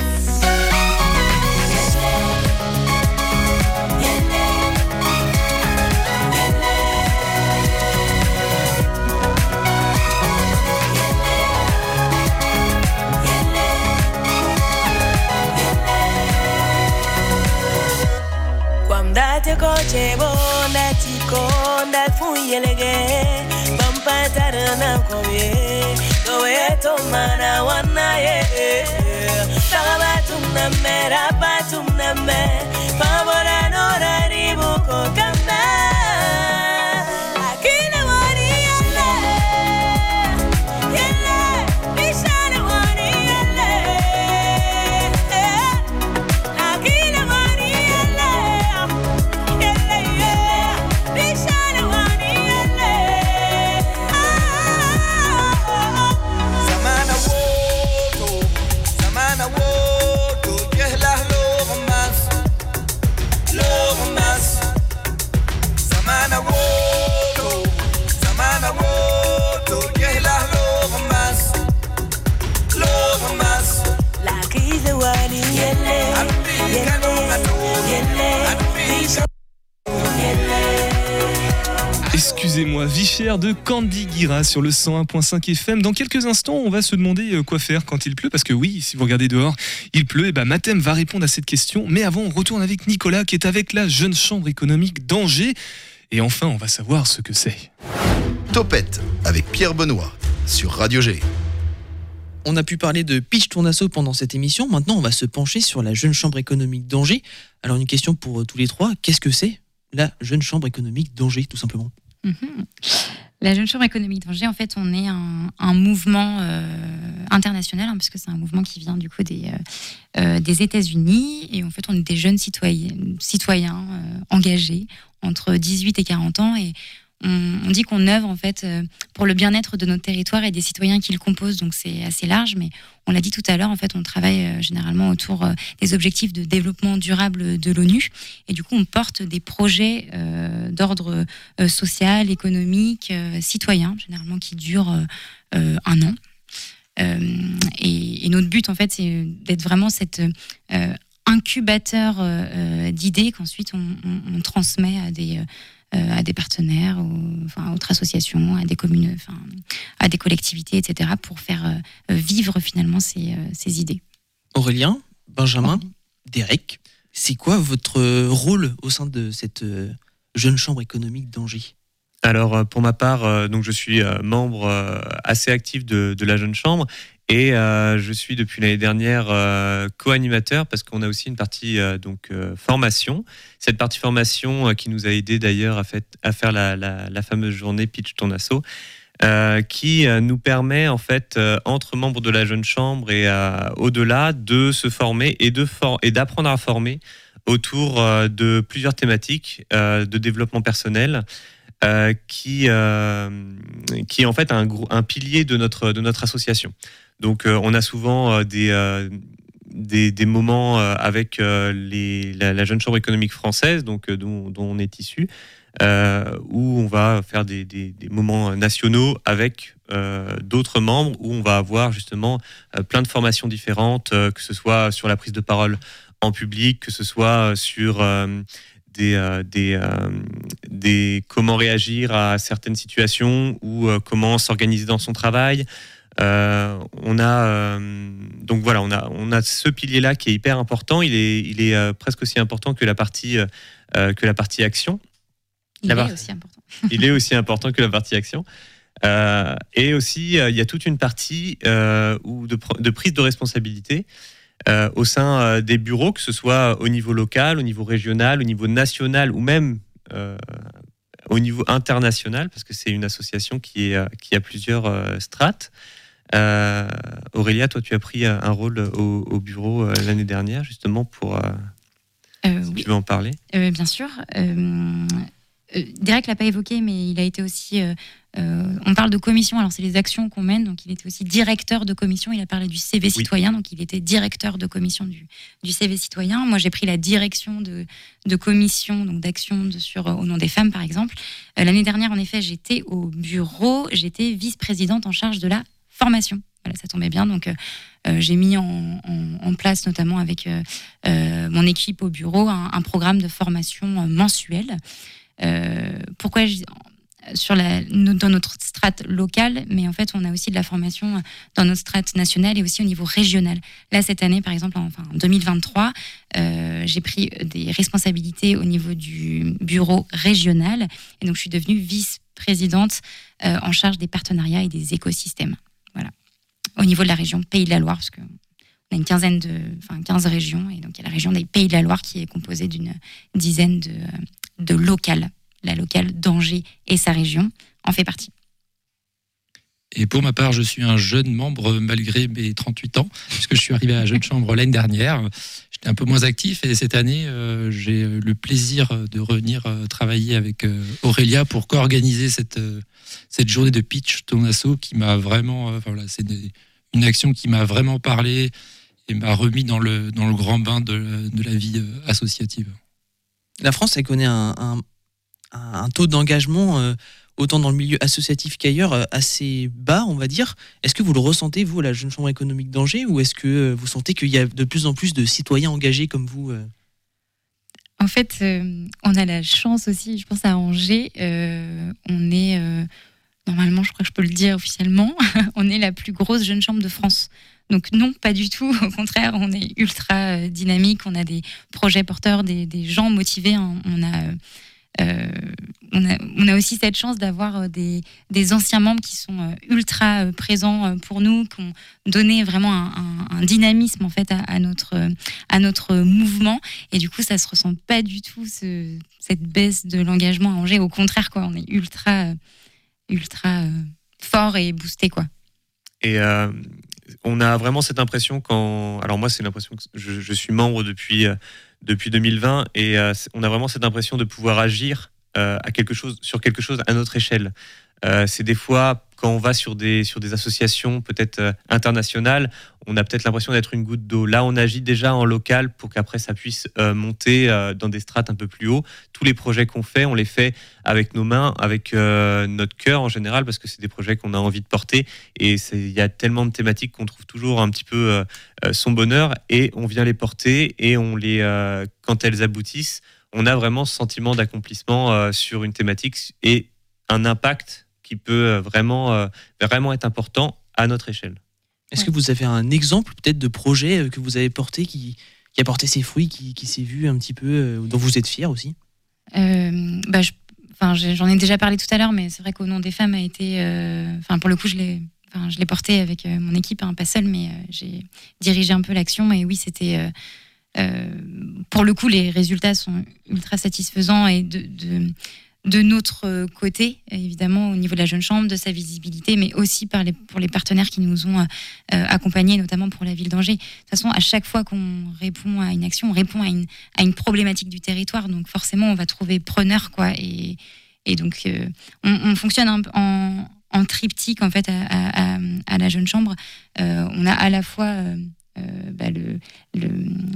Speaker 14: Kwamdate koche bonda tikonda fuyelege. Patarana koye, toeto mana wana ye. Tagabatumna me, rabatumna me, favora no raribu kokamba. Akile wani yelle, yelle, bishane wani yelle. Akile wani yelle, yelle yelle, bishane wani yelle.
Speaker 4: excusez-moi, Vie chère de Candy Guira sur le cent un point cinq F M. Dans quelques instants, on va se demander quoi faire quand il pleut, parce que oui, si vous regardez dehors, il pleut, et ben Mathem va répondre à cette question. Mais avant, on retourne avec Nicolas qui est avec la Jeune Chambre économique d'Angers. Et enfin, on va savoir ce que c'est.
Speaker 6: Topette avec Pierre Benoît sur Radio G.
Speaker 5: On a pu parler de Pitch ton asso pendant cette émission. Maintenant, on va se pencher sur la Jeune Chambre économique d'Angers. Alors, une question pour euh, tous les trois. Qu'est-ce que c'est la Jeune Chambre économique d'Angers, tout simplement?
Speaker 7: Mm-hmm. La Jeune Chambre économique d'Angers, en fait, on est un, un mouvement euh, international, hein, parce que c'est un mouvement qui vient du coup des, euh, euh, des États-Unis. Et en fait, on est des jeunes citoyens, citoyens euh, engagés entre dix-huit et quarante ans. Et on, on dit qu'on œuvre en fait euh, pour le bien-être de notre territoire et des citoyens qui le composent. Donc c'est assez large, mais on l'a dit tout à l'heure, en fait, on travaille euh, généralement autour euh, des objectifs de développement durable de l'ONU. Et du coup, on porte des projets euh, d'ordre euh, social, économique, euh, citoyen, généralement qui durent euh, euh, un an. Euh, et, et notre but, en fait, c'est d'être vraiment cette euh, incubateur euh, d'idées qu'ensuite on, on, on transmet à des euh, à des partenaires, ou, enfin, à d'autres associations, à des communes, enfin, à des collectivités, et cetera, pour faire euh, vivre finalement ces, euh, ces idées.
Speaker 5: Aurélien, Benjamin, oh. Derek, c'est quoi votre rôle au sein de cette euh, Jeune Chambre économique d'Angers ?
Speaker 8: Alors, pour ma part, donc je suis membre assez actif de, de la Jeune Chambre et euh, je suis depuis l'année dernière euh, co-animateur parce qu'on a aussi une partie euh, donc, euh, formation. Cette partie formation euh, qui nous a aidé d'ailleurs à, fait, à faire la, la, la fameuse journée Pitch ton asso, euh, qui euh, nous permet en fait, euh, entre membres de la Jeune Chambre et euh, au-delà, de se former et, de for- et d'apprendre à former autour euh, de plusieurs thématiques euh, de développement personnel. Euh, qui, euh, qui est en fait un, gros, un pilier de notre, de notre association. Donc euh, on a souvent euh, des, euh, des, des moments euh, avec euh, les, la, la Jeune Chambre économique française, donc, euh, dont, dont on est issu, euh, où on va faire des, des, des moments nationaux avec euh, d'autres membres, où on va avoir justement euh, plein de formations différentes, euh, que ce soit sur la prise de parole en public, que ce soit sur... Euh, Des, euh, des, euh, des comment réagir à certaines situations ou euh, comment s'organiser dans son travail. Euh, on a euh, donc voilà, on a on a ce pilier-là qui est hyper important. Il est il est euh, presque aussi important que la partie euh, que la partie action.
Speaker 7: Il
Speaker 8: la
Speaker 7: est
Speaker 8: par-
Speaker 7: aussi important.
Speaker 8: Il est aussi important que la partie action. Euh, et aussi, euh, il y a toute une partie euh, où de, de prise de responsabilité. Euh, au sein euh, des bureaux, que ce soit au niveau local, au niveau régional, au niveau national ou même euh, au niveau international, parce que c'est une association qui, est, qui a plusieurs euh, strates. Euh, Aurélia, toi, tu as pris un rôle au, au bureau euh, l'année dernière, justement, pour... Euh,
Speaker 7: euh,
Speaker 8: si
Speaker 7: oui.
Speaker 8: tu veux en parler.
Speaker 7: Euh, bien sûr. Euh, euh, Derek l'a pas évoqué, mais il a été aussi... Euh, Euh, on parle de commission, alors c'est les actions qu'on mène, donc il était aussi directeur de commission, il a parlé du C V citoyen, oui. Donc il était directeur de commission du, du C V citoyen. Moi j'ai pris la direction de, de commission, donc d'action de, sur, au nom des femmes par exemple. Euh, l'année dernière en effet j'étais au bureau, j'étais vice-présidente en charge de la formation. Voilà, ça tombait bien, donc euh, j'ai mis en, en, en place notamment avec euh, euh, mon équipe au bureau un, un programme de formation mensuel. Euh, pourquoi je sur la, dans notre strate locale, mais en fait, on a aussi de la formation dans notre strate nationale et aussi au niveau régional. Là, cette année, par exemple, en, enfin, en deux mille vingt-trois, euh, j'ai pris des responsabilités au niveau du bureau régional et donc je suis devenue vice-présidente euh, en charge des partenariats et des écosystèmes. Voilà. Au niveau de la région Pays de la Loire, parce qu'on a une quinzaine de, enfin, quinze régions, et donc il y a la région des Pays de la Loire qui est composée d'une dizaine de, de locales. La locale d'Angers et sa région en fait partie.
Speaker 10: Et pour ma part, je suis un jeune membre malgré mes trente-huit ans, puisque je suis arrivé à la Jeune Chambre l'année dernière. J'étais un peu moins actif et cette année, euh, j'ai le plaisir de revenir euh, travailler avec euh, Aurélia pour co-organiser cette, euh, cette journée de pitch ton asso qui m'a vraiment... Euh, voilà, c'est des, une action qui m'a vraiment parlé et m'a remis dans le, dans le grand bain de, de la vie euh, associative.
Speaker 5: La France, elle connaît un... un... un taux d'engagement, euh, autant dans le milieu associatif qu'ailleurs, euh, assez bas, on va dire. Est-ce que vous le ressentez, vous, à la Jeune Chambre économique d'Angers, ou est-ce que euh, vous sentez qu'il y a de plus en plus de citoyens engagés comme vous euh
Speaker 7: En fait, euh, on a la chance aussi, je pense à Angers, euh, on est, euh, normalement, je crois que je peux le dire officiellement, on est la plus grosse jeune chambre de France. Donc non, pas du tout, au contraire, on est ultra euh, dynamique, on a des projets porteurs, des, des gens motivés, hein. on a... Euh, on, a, on a aussi cette chance d'avoir des, des anciens membres qui sont euh, ultra euh, présents euh, pour nous, qui ont donné vraiment un, un, un dynamisme en fait à, à, notre, à notre mouvement. Et du coup, ça se ressent pas du tout ce, cette baisse de l'engagement à Angers. Au contraire, quoi, on est ultra, ultra euh, fort et boosté, quoi.
Speaker 8: Et euh, on a vraiment cette impression quand. Alors moi, c'est l'impression que je, je suis membre depuis. Euh, depuis deux mille vingt et euh, on a vraiment cette impression de pouvoir agir euh, à quelque chose, sur quelque chose à notre échelle. Euh, c'est des fois, quand on va sur des, sur des associations peut-être euh, internationales, on a peut-être l'impression d'être une goutte d'eau. Là, on agit déjà en local pour qu'après ça puisse euh, monter euh, dans des strates un peu plus haut. Tous les projets qu'on fait, on les fait avec nos mains, avec euh, notre cœur en général, parce que c'est des projets qu'on a envie de porter. Et il y a tellement de thématiques qu'on trouve toujours un petit peu euh, son bonheur et on vient les porter et on les, euh, quand elles aboutissent, on a vraiment ce sentiment d'accomplissement euh, sur une thématique et un impact qui peut vraiment, euh, vraiment être important à notre échelle.
Speaker 5: Est-ce ouais. que vous avez un exemple peut-être de projet que vous avez porté qui, qui a porté ses fruits, qui, qui s'est vu un petit peu, euh, dont vous êtes fiers aussi
Speaker 7: euh, bah je, J'en ai déjà parlé tout à l'heure, mais c'est vrai qu'au nom des femmes a été... Enfin, euh, pour le coup, je l'ai... Enfin, je l'ai porté avec euh, mon équipe, hein, pas seule, mais euh, j'ai dirigé un peu l'action. Et oui, c'était... Euh, euh, pour le coup, les résultats sont ultra satisfaisants et de... de de notre côté, évidemment, au niveau de la Jeune Chambre, de sa visibilité, mais aussi par les, pour les partenaires qui nous ont euh, accompagnés, notamment pour la ville d'Angers. De toute façon, à chaque fois qu'on répond à une action, on répond à une, à une problématique du territoire, donc forcément, on va trouver preneur, quoi. Et, et donc, euh, on, on fonctionne un, en, en triptyque, en fait, à, à, à la Jeune Chambre. Euh, on a à la fois euh, euh, bah, le, le,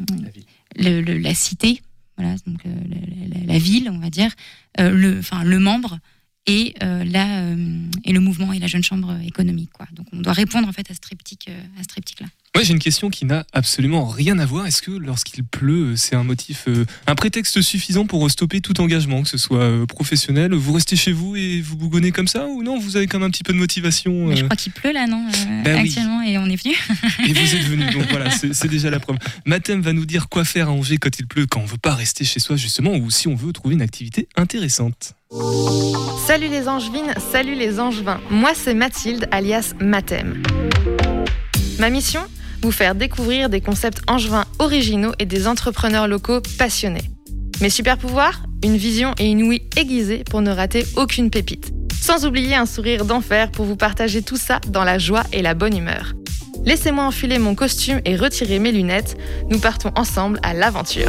Speaker 7: le, le, la cité, voilà, donc euh, la, la, la ville, on va dire, euh, le, enfin le membre et euh, la euh, et le mouvement et la Jeune Chambre économique, quoi. Donc on doit répondre en fait à ce triptyque, euh, à ce triptyque-là.
Speaker 4: Ouais, j'ai une question qui n'a absolument rien à voir. Est-ce que lorsqu'il pleut, c'est un motif, euh, un prétexte suffisant pour stopper tout engagement, que ce soit euh, professionnel, vous restez chez vous et vous bougonnez comme ça, ou non, vous avez quand même un petit peu de motivation euh...
Speaker 7: Mais je crois qu'il pleut là, non euh,
Speaker 4: bah
Speaker 7: actuellement, oui. Et on est venu.
Speaker 4: Et vous êtes venu, donc voilà, c'est, c'est déjà la preuve. Mathem va nous dire quoi faire à Angers quand il pleut, quand on veut pas rester chez soi justement, ou si on veut trouver une activité intéressante.
Speaker 15: Salut les Angevines, salut les Angevins. Moi c'est Mathilde, alias Mathem. Ma mission ? Vous faire découvrir des concepts angevins originaux et des entrepreneurs locaux passionnés. Mes super pouvoirs ? Une vision et une ouïe aiguisée pour ne rater aucune pépite. Sans oublier un sourire d'enfer pour vous partager tout ça dans la joie et la bonne humeur. Laissez-moi enfiler mon costume et retirer mes lunettes. Nous partons ensemble à l'aventure.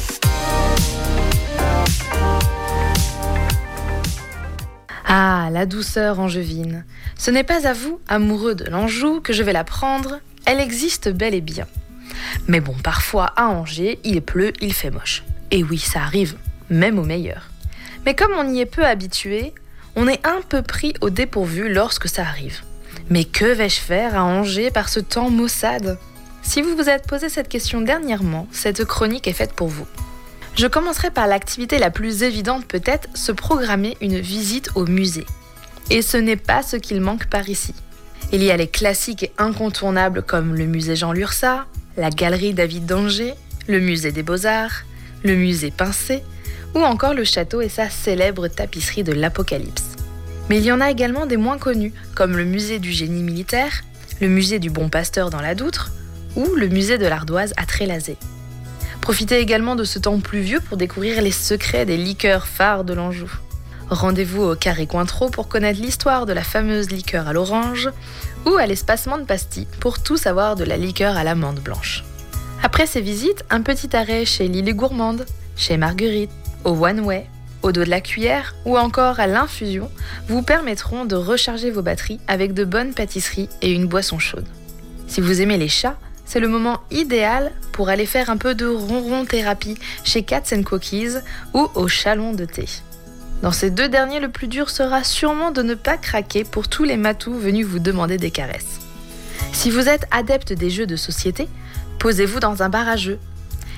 Speaker 15: Ah, la douceur angevine. Ce n'est pas à vous, amoureux de l'Anjou, que je vais la prendre. Elle existe bel et bien. Mais bon, parfois à Angers, il pleut, il fait moche. Et oui, ça arrive, même au meilleur. Mais comme on y est peu habitué, on est un peu pris au dépourvu lorsque ça arrive. Mais que vais-je faire à Angers par ce temps maussade ? Si vous vous êtes posé cette question dernièrement, cette chronique est faite pour vous. Je commencerai par l'activité la plus évidente peut-être, se programmer une visite au musée. Et ce n'est pas ce qu'il manque par ici. Il y a les classiques et incontournables comme le musée Jean Lurçat, la galerie David d'Angers, le musée des Beaux-Arts, le musée Pincé, ou encore le château et sa célèbre tapisserie de l'Apocalypse. Mais il y en a également des moins connus, comme le musée du génie militaire, le musée du Bon Pasteur dans la Doutre, ou le musée de l'Ardoise à Trélazé. Profitez également de ce temps pluvieux pour découvrir les secrets des liqueurs phares de l'Anjou. Rendez-vous au Carré Cointreau pour connaître l'histoire de la fameuse liqueur à l'orange ou à l'Espacement de Pastilles pour tout savoir de la liqueur à l'amande blanche. Après ces visites, un petit arrêt chez Lily Gourmande, chez Marguerite, au One Way, au dos de la cuillère ou encore à l'infusion vous permettront de recharger vos batteries avec de bonnes pâtisseries et une boisson chaude. Si vous aimez les chats, c'est le moment idéal pour aller faire un peu de ronron thérapie chez Cats and Cookies ou au Chalon de thé. Dans ces deux derniers, le plus dur sera sûrement de ne pas craquer pour tous les matous venus vous demander des caresses. Si vous êtes adepte des jeux de société, posez-vous dans un bar à jeux.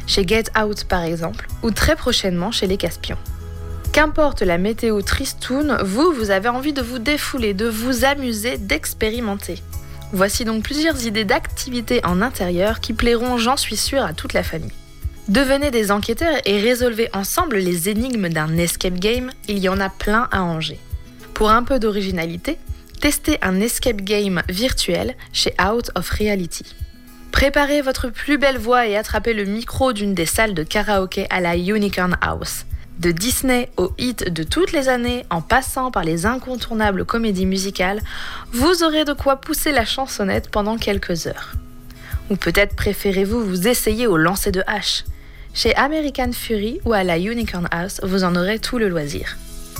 Speaker 15: chez Get Out par exemple, ou très prochainement chez les Caspions. Qu'importe la météo tristoune, vous, vous avez envie de vous défouler, de vous amuser, d'expérimenter. Voici donc plusieurs idées d'activités en intérieur qui plairont, j'en suis sûre, à toute la famille. Devenez des enquêteurs et résolvez ensemble les énigmes d'un escape game, il y en a plein à Angers. Pour un peu d'originalité, testez un escape game virtuel chez Out of Reality. Préparez votre plus belle voix et attrapez le micro d'une des salles de karaoké à la Unicorn House. De Disney aux hits de toutes les années, en passant par les incontournables comédies musicales, vous aurez de quoi pousser la chansonnette pendant quelques heures. Ou peut-être préférez-vous vous essayer au lancer de hache. Chez American Fury ou à la Unicorn House, vous en aurez tout le loisir.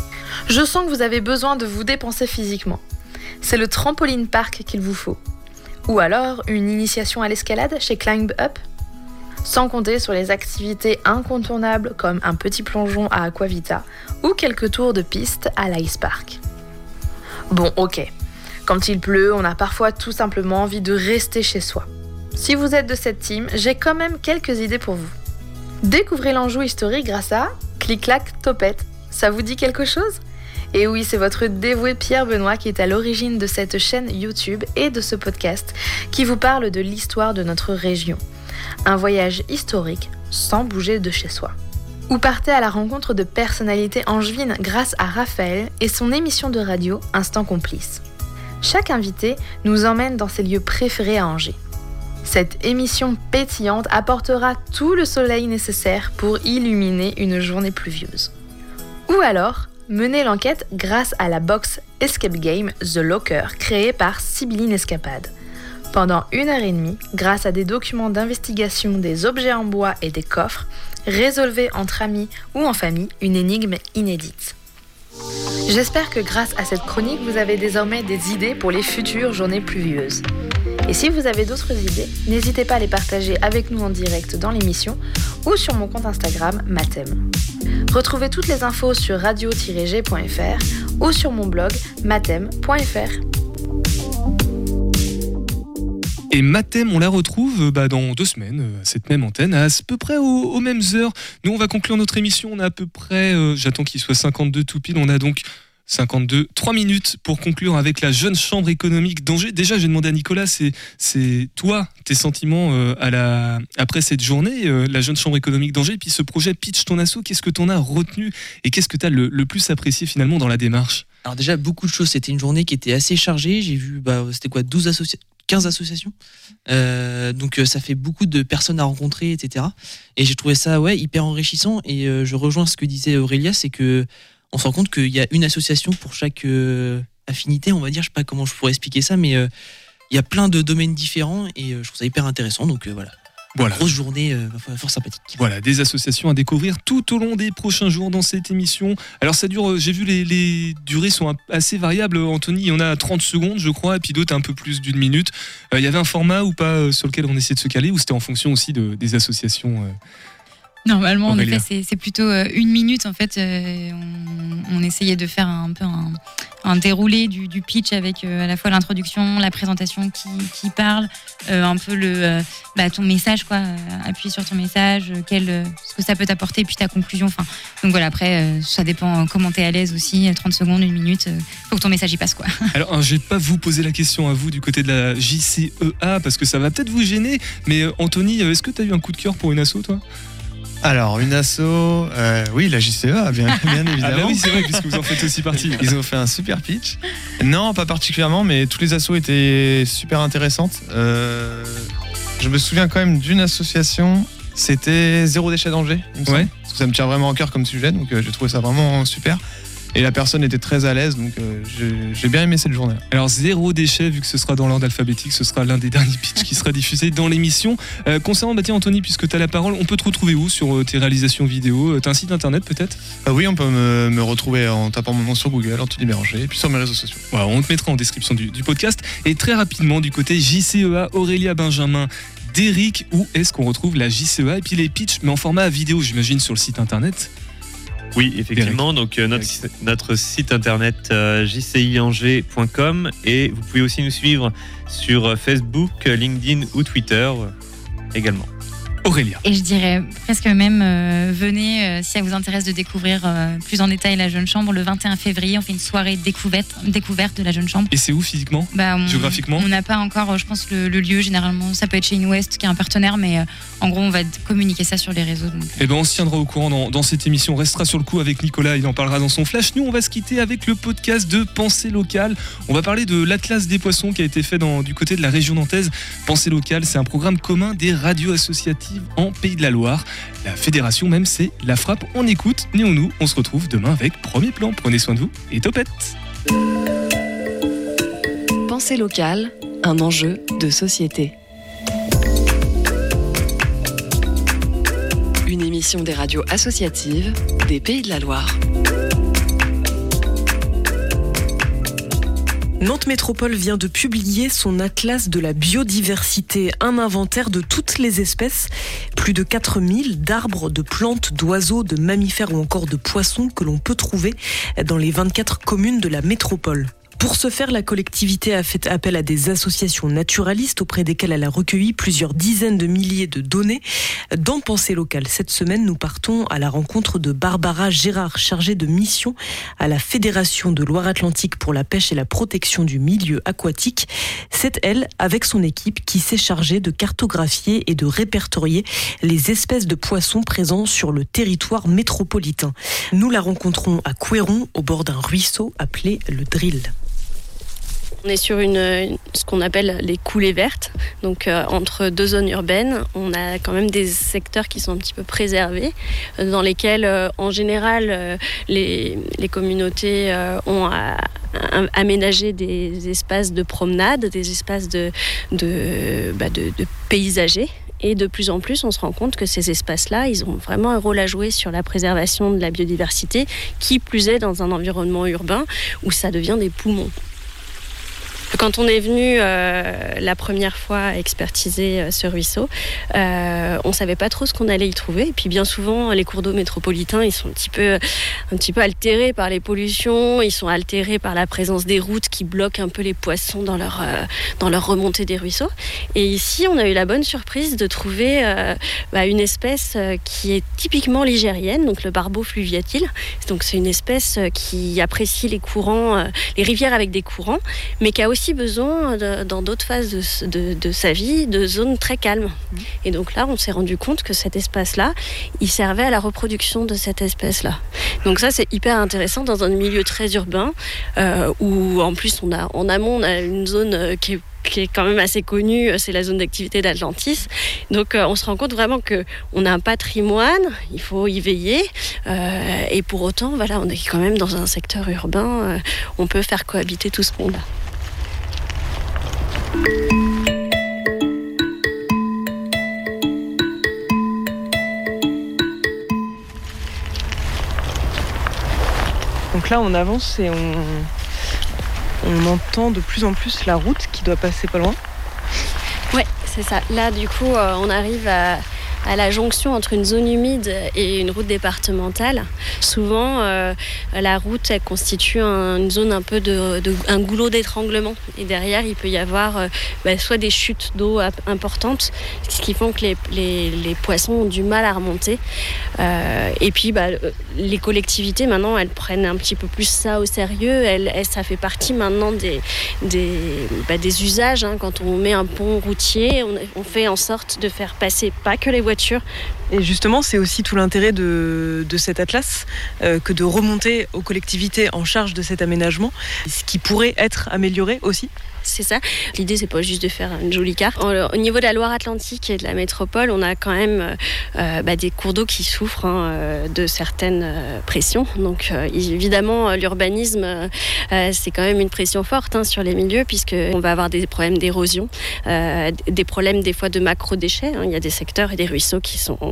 Speaker 15: Je sens que vous avez besoin de vous dépenser physiquement. C'est le trampoline park qu'il vous faut. Ou alors une initiation à l'escalade chez Climb Up. Sans compter sur les activités incontournables comme un petit plongeon à Aquavita ou quelques tours de piste à l'Ice Park. Bon, ok. Quand il pleut, on a parfois tout simplement envie de rester chez soi. Si vous êtes de cette team, j'ai quand même quelques idées pour vous. Découvrez l'Anjou historique grâce à Clic-Clac Topette. Ça vous dit quelque chose ? Et oui, c'est votre dévoué Pierre Benoît qui est à l'origine de cette chaîne YouTube et de ce podcast qui vous parle de l'histoire de notre région. Un voyage historique sans bouger de chez soi. Ou partez à la rencontre de personnalités angevines grâce à Raphaël et son émission de radio Instant Complice. Chaque invité nous emmène dans ses lieux préférés à Angers. Cette émission pétillante apportera tout le soleil nécessaire pour illuminer une journée pluvieuse. Ou alors, menez l'enquête grâce à la box Escape Game The Locker créée par Sibylline Escapade. Pendant une heure et demie, grâce à des documents d'investigation, des objets en bois et des coffres, résolvez entre amis ou en famille une énigme inédite. J'espère que grâce à cette chronique, vous avez désormais des idées pour les futures journées pluvieuses. Et si vous avez d'autres idées, n'hésitez pas à les partager avec nous en direct dans l'émission ou sur mon compte Instagram Mathem. Retrouvez toutes les infos sur radio tiret g point f r ou sur mon blog mathem point f r.
Speaker 4: Et Mathem, on la retrouve bah, dans deux semaines, à cette même antenne, à peu près aux, aux mêmes heures. Nous, on va conclure notre émission. On a à peu près, euh, j'attends qu'il soit cinquante-deux tout pile. On a donc cinquante-deux, trois minutes pour conclure avec la jeune chambre économique d'Angers. Déjà, j'ai demandé à Nicolas, c'est, c'est toi, tes sentiments euh, à la, après cette journée, euh, la jeune chambre économique d'Angers, et puis ce projet Pitch ton asso, qu'est-ce que tu en as retenu et qu'est-ce que tu as le, le plus apprécié finalement dans la démarche ?
Speaker 5: Alors déjà, beaucoup de choses. C'était une journée qui était assez chargée. J'ai vu, bah, c'était quoi, douze associations quinze associations, euh, donc euh, ça fait beaucoup de personnes à rencontrer, et cetera. Et j'ai trouvé ça ouais hyper enrichissant. Et euh, je rejoins ce que disait Aurélia, c'est que on se rend compte qu'il y a une association pour chaque euh, affinité, on va dire. Je sais pas comment je pourrais expliquer ça, mais euh, il y a plein de domaines différents et euh, je trouve ça hyper intéressant. Donc euh, voilà.
Speaker 4: Voilà.
Speaker 5: Grosse journée euh, fort sympathique.
Speaker 4: Voilà, des associations à découvrir tout au long des prochains jours dans cette émission. Alors ça dure, j'ai vu les, les durées sont assez variables. Anthony, il y en a trente secondes je crois, et puis d'autres un peu plus d'une minute. Euh, il y avait un format ou pas euh, sur lequel on essayait de se caler, ou c'était en fonction aussi de, des associations euh...
Speaker 7: Normalement,
Speaker 4: Aurélia.
Speaker 7: en effet, c'est, c'est plutôt euh, une minute. En fait, euh, on, on essayait de faire un peu un, un déroulé du, du pitch avec euh, à la fois l'introduction, la présentation qui, qui parle, euh, un peu le, euh, bah, ton message, quoi, euh, appuyer sur ton message, euh, quel, euh, ce que ça peut t'apporter, puis ta conclusion. Enfin, donc voilà, après, euh, ça dépend comment t'es à l'aise aussi. trente secondes, une minute, euh, faut que ton message y passe, quoi.
Speaker 4: Alors, hein, je vais pas vous poser la question à vous du côté de la J C E A parce que ça va peut-être vous gêner, mais euh, Anthony, est-ce que tu as eu un coup de cœur pour une asso, toi ?
Speaker 11: Alors, une asso, euh, oui, la J C E A, bien, bien évidemment.
Speaker 4: Ah bah oui, c'est vrai, puisque vous en faites aussi partie.
Speaker 11: Ils ont fait un super pitch. Non, pas particulièrement, mais tous les assos étaient super intéressantes. Euh, je me souviens quand même d'une association, c'était Zéro Déchet d'Angers, il me semble.
Speaker 4: Ouais.
Speaker 11: Parce que ça me tient vraiment au cœur comme sujet, donc euh, j'ai trouvé ça vraiment super. Et la personne était très à l'aise, donc euh, j'ai, j'ai bien aimé cette journée.
Speaker 4: Alors Zéro Déchet, vu que ce sera dans l'ordre alphabétique, ce sera l'un des derniers pitchs qui sera diffusé dans l'émission. Euh, concernant, bah tiens Anthony, puisque tu as la parole, on peut te retrouver où sur euh, tes réalisations vidéo ? Tu as un site internet peut-être ?
Speaker 11: euh, Oui, on peut me, me retrouver en tapant mon nom sur Google, Anthony Béranger, et puis sur mes réseaux sociaux.
Speaker 4: Voilà, on te mettra en description du, du podcast. Et très rapidement, du côté J C E A, Aurélia Benjamin, d'Eric, où est-ce qu'on retrouve la J C E A et puis les pitchs, mais en format vidéo, j'imagine, sur le site internet ?
Speaker 8: Oui, effectivement. Donc, euh, notre, notre site internet euh, j c i angers point com, et vous pouvez aussi nous suivre sur Facebook, LinkedIn ou Twitter euh, également.
Speaker 4: Aurélia.
Speaker 7: Et je dirais presque même, euh, venez, euh, si ça vous intéresse de découvrir euh, plus en détail la Jeune Chambre, le vingt et un février, on fait une soirée découverte, découverte de la Jeune Chambre.
Speaker 4: Et c'est où physiquement
Speaker 7: bah, on,
Speaker 4: Géographiquement
Speaker 7: On n'a pas encore, je pense, le, le lieu. Généralement, ça peut être chez InWest qui est un partenaire, mais euh, en gros, on va communiquer ça sur les réseaux. Donc.
Speaker 4: Eh ben, on se tiendra au courant dans, dans cette émission. On restera sur le coup avec Nicolas, il en parlera dans son flash. Nous, on va se quitter avec le podcast de Pensée Locale. On va parler de l'Atlas des poissons qui a été fait dans, du côté de la région nantaise. Pensée Locale, c'est un programme commun des radios associatives en Pays de la Loire. La fédération même, c'est la Frappe. On écoute, néons-nous. On se retrouve demain avec Premier Plan. Prenez soin de vous et topette.
Speaker 16: Pensée locale, un enjeu de société. Une émission des radios associatives des Pays de la Loire.
Speaker 17: Nantes Métropole vient de publier son atlas de la biodiversité, un inventaire de toutes les espèces, plus de quatre mille d'arbres, de plantes, d'oiseaux, de mammifères ou encore de poissons que l'on peut trouver dans les vingt-quatre communes de la métropole. Pour ce faire, la collectivité a fait appel à des associations naturalistes auprès desquelles elle a recueilli plusieurs dizaines de milliers de données. Dans Pensée Locale, cette semaine, nous partons à la rencontre de Barbara Gérard, chargée de mission à la Fédération de Loire-Atlantique pour la pêche et la protection du milieu aquatique. C'est elle, avec son équipe, qui s'est chargée de cartographier et de répertorier les espèces de poissons présents sur le territoire métropolitain. Nous la rencontrons à Couéron, au bord d'un ruisseau appelé le Drill.
Speaker 18: On est sur une, ce qu'on appelle les coulées vertes, donc euh, entre deux zones urbaines, on a quand même des secteurs qui sont un petit peu préservés, euh, dans lesquels euh, en général euh, les, les communautés euh, ont à, à, aménagé des espaces de promenade, des espaces de, de, bah de, de paysagers. Et de plus en plus, on se rend compte que ces espaces-là, ils ont vraiment un rôle à jouer sur la préservation de la biodiversité, qui plus est dans un environnement urbain où ça devient des poumons. Quand on est venu euh, la première fois expertiser euh, ce ruisseau, euh, on savait pas trop ce qu'on allait y trouver. Et puis bien souvent, les cours d'eau métropolitains, ils sont un petit peu, un petit peu altérés par les pollutions. Ils sont altérés par la présence des routes qui bloquent un peu les poissons dans leur, euh, dans leur remontée des ruisseaux. Et ici, on a eu la bonne surprise de trouver euh, bah, une espèce euh, qui est typiquement ligérienne, donc le barbeau fluviatile. Donc c'est une espèce qui apprécie les courants, euh, les rivières avec des courants, mais qui a aussi besoin de, dans d'autres phases de, de, de sa vie de zones très calmes. Et donc là, on s'est rendu compte que cet espace-là, il servait à la reproduction de cette espèce-là. Donc ça, c'est hyper intéressant dans un milieu très urbain euh, où en plus on a en amont on a une zone qui est qui est quand même assez connue, c'est la zone d'activité d'Atlantis. Donc euh, on se rend compte vraiment qu'on a un patrimoine, il faut y veiller. Euh, et pour autant, voilà, on est quand même dans un secteur urbain, euh, on peut faire cohabiter tout ce monde-là.
Speaker 17: Donc là, on avance et on, on entend de plus en plus la route qui doit passer pas loin.
Speaker 18: Ouais, c'est ça. Là, du coup, euh, on arrive à, à la jonction entre une zone humide et une route départementale. Souvent, euh, la route elle constitue un, une zone un peu de, de un goulot d'étranglement. Et derrière, il peut y avoir euh, bah, soit des chutes d'eau importantes, ce qui font que les, les, les poissons ont du mal à remonter. Euh, et puis, bah, les collectivités, maintenant, elles prennent un petit peu plus ça au sérieux. Elles, elles, ça fait partie maintenant des, des, bah, des usages. Hein. Quand on met un pont routier, on, on fait en sorte de faire passer pas que les voitures.
Speaker 17: Et justement, c'est aussi tout l'intérêt de, de cet atlas euh, que de remonter aux collectivités en charge de cet aménagement, ce qui pourrait être amélioré aussi.
Speaker 18: C'est ça. L'idée, c'est pas juste de faire une jolie carte. Au niveau de la Loire-Atlantique et de la métropole, on a quand même euh, bah, des cours d'eau qui souffrent hein, de certaines euh, pressions. Donc, euh, évidemment, l'urbanisme, euh, c'est quand même une pression forte hein, sur les milieux, puisqu'on va avoir des problèmes d'érosion, euh, des problèmes des fois de macro-déchets. Hein. Il y a des secteurs et des ruisseaux qui sont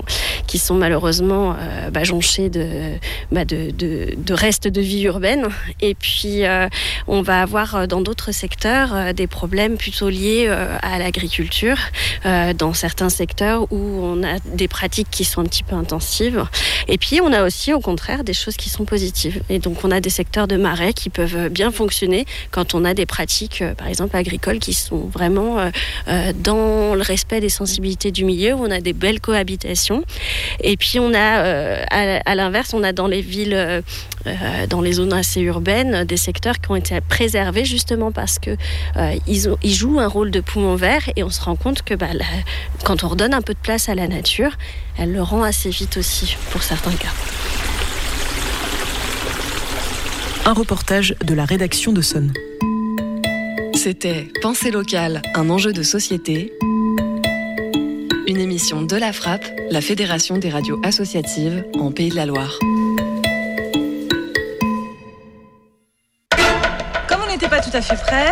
Speaker 18: qui sont malheureusement euh, bah, jonchés de, bah, de, de, de restes de vie urbaine. Et puis, euh, on va avoir dans d'autres secteurs euh, des problèmes plutôt liés euh, à l'agriculture, euh, dans certains secteurs où on a des pratiques qui sont un petit peu intensives. Et puis, on a aussi, au contraire, des choses qui sont positives. Et donc, on a des secteurs de marais qui peuvent bien fonctionner quand on a des pratiques, euh, par exemple, agricoles qui sont vraiment euh, euh, dans le respect des sensibilités du milieu, où on a des belles cohabitations. Et puis, on a, euh, à, à l'inverse, on a dans les villes, euh, euh, dans les zones assez urbaines, des secteurs qui ont été préservés justement parce que euh, ils, ont, ils jouent un rôle de poumon vert, et on se rend compte que bah, la, quand on redonne un peu de place à la nature, elle le rend assez vite aussi, pour certains cas.
Speaker 17: Un reportage de la rédaction de Sonne.
Speaker 16: C'était Pensée locale, un enjeu de société. Une émission de la Frappe, la Fédération des radios associatives en Pays de la Loire.
Speaker 19: Comme on n'était pas tout à fait prêts,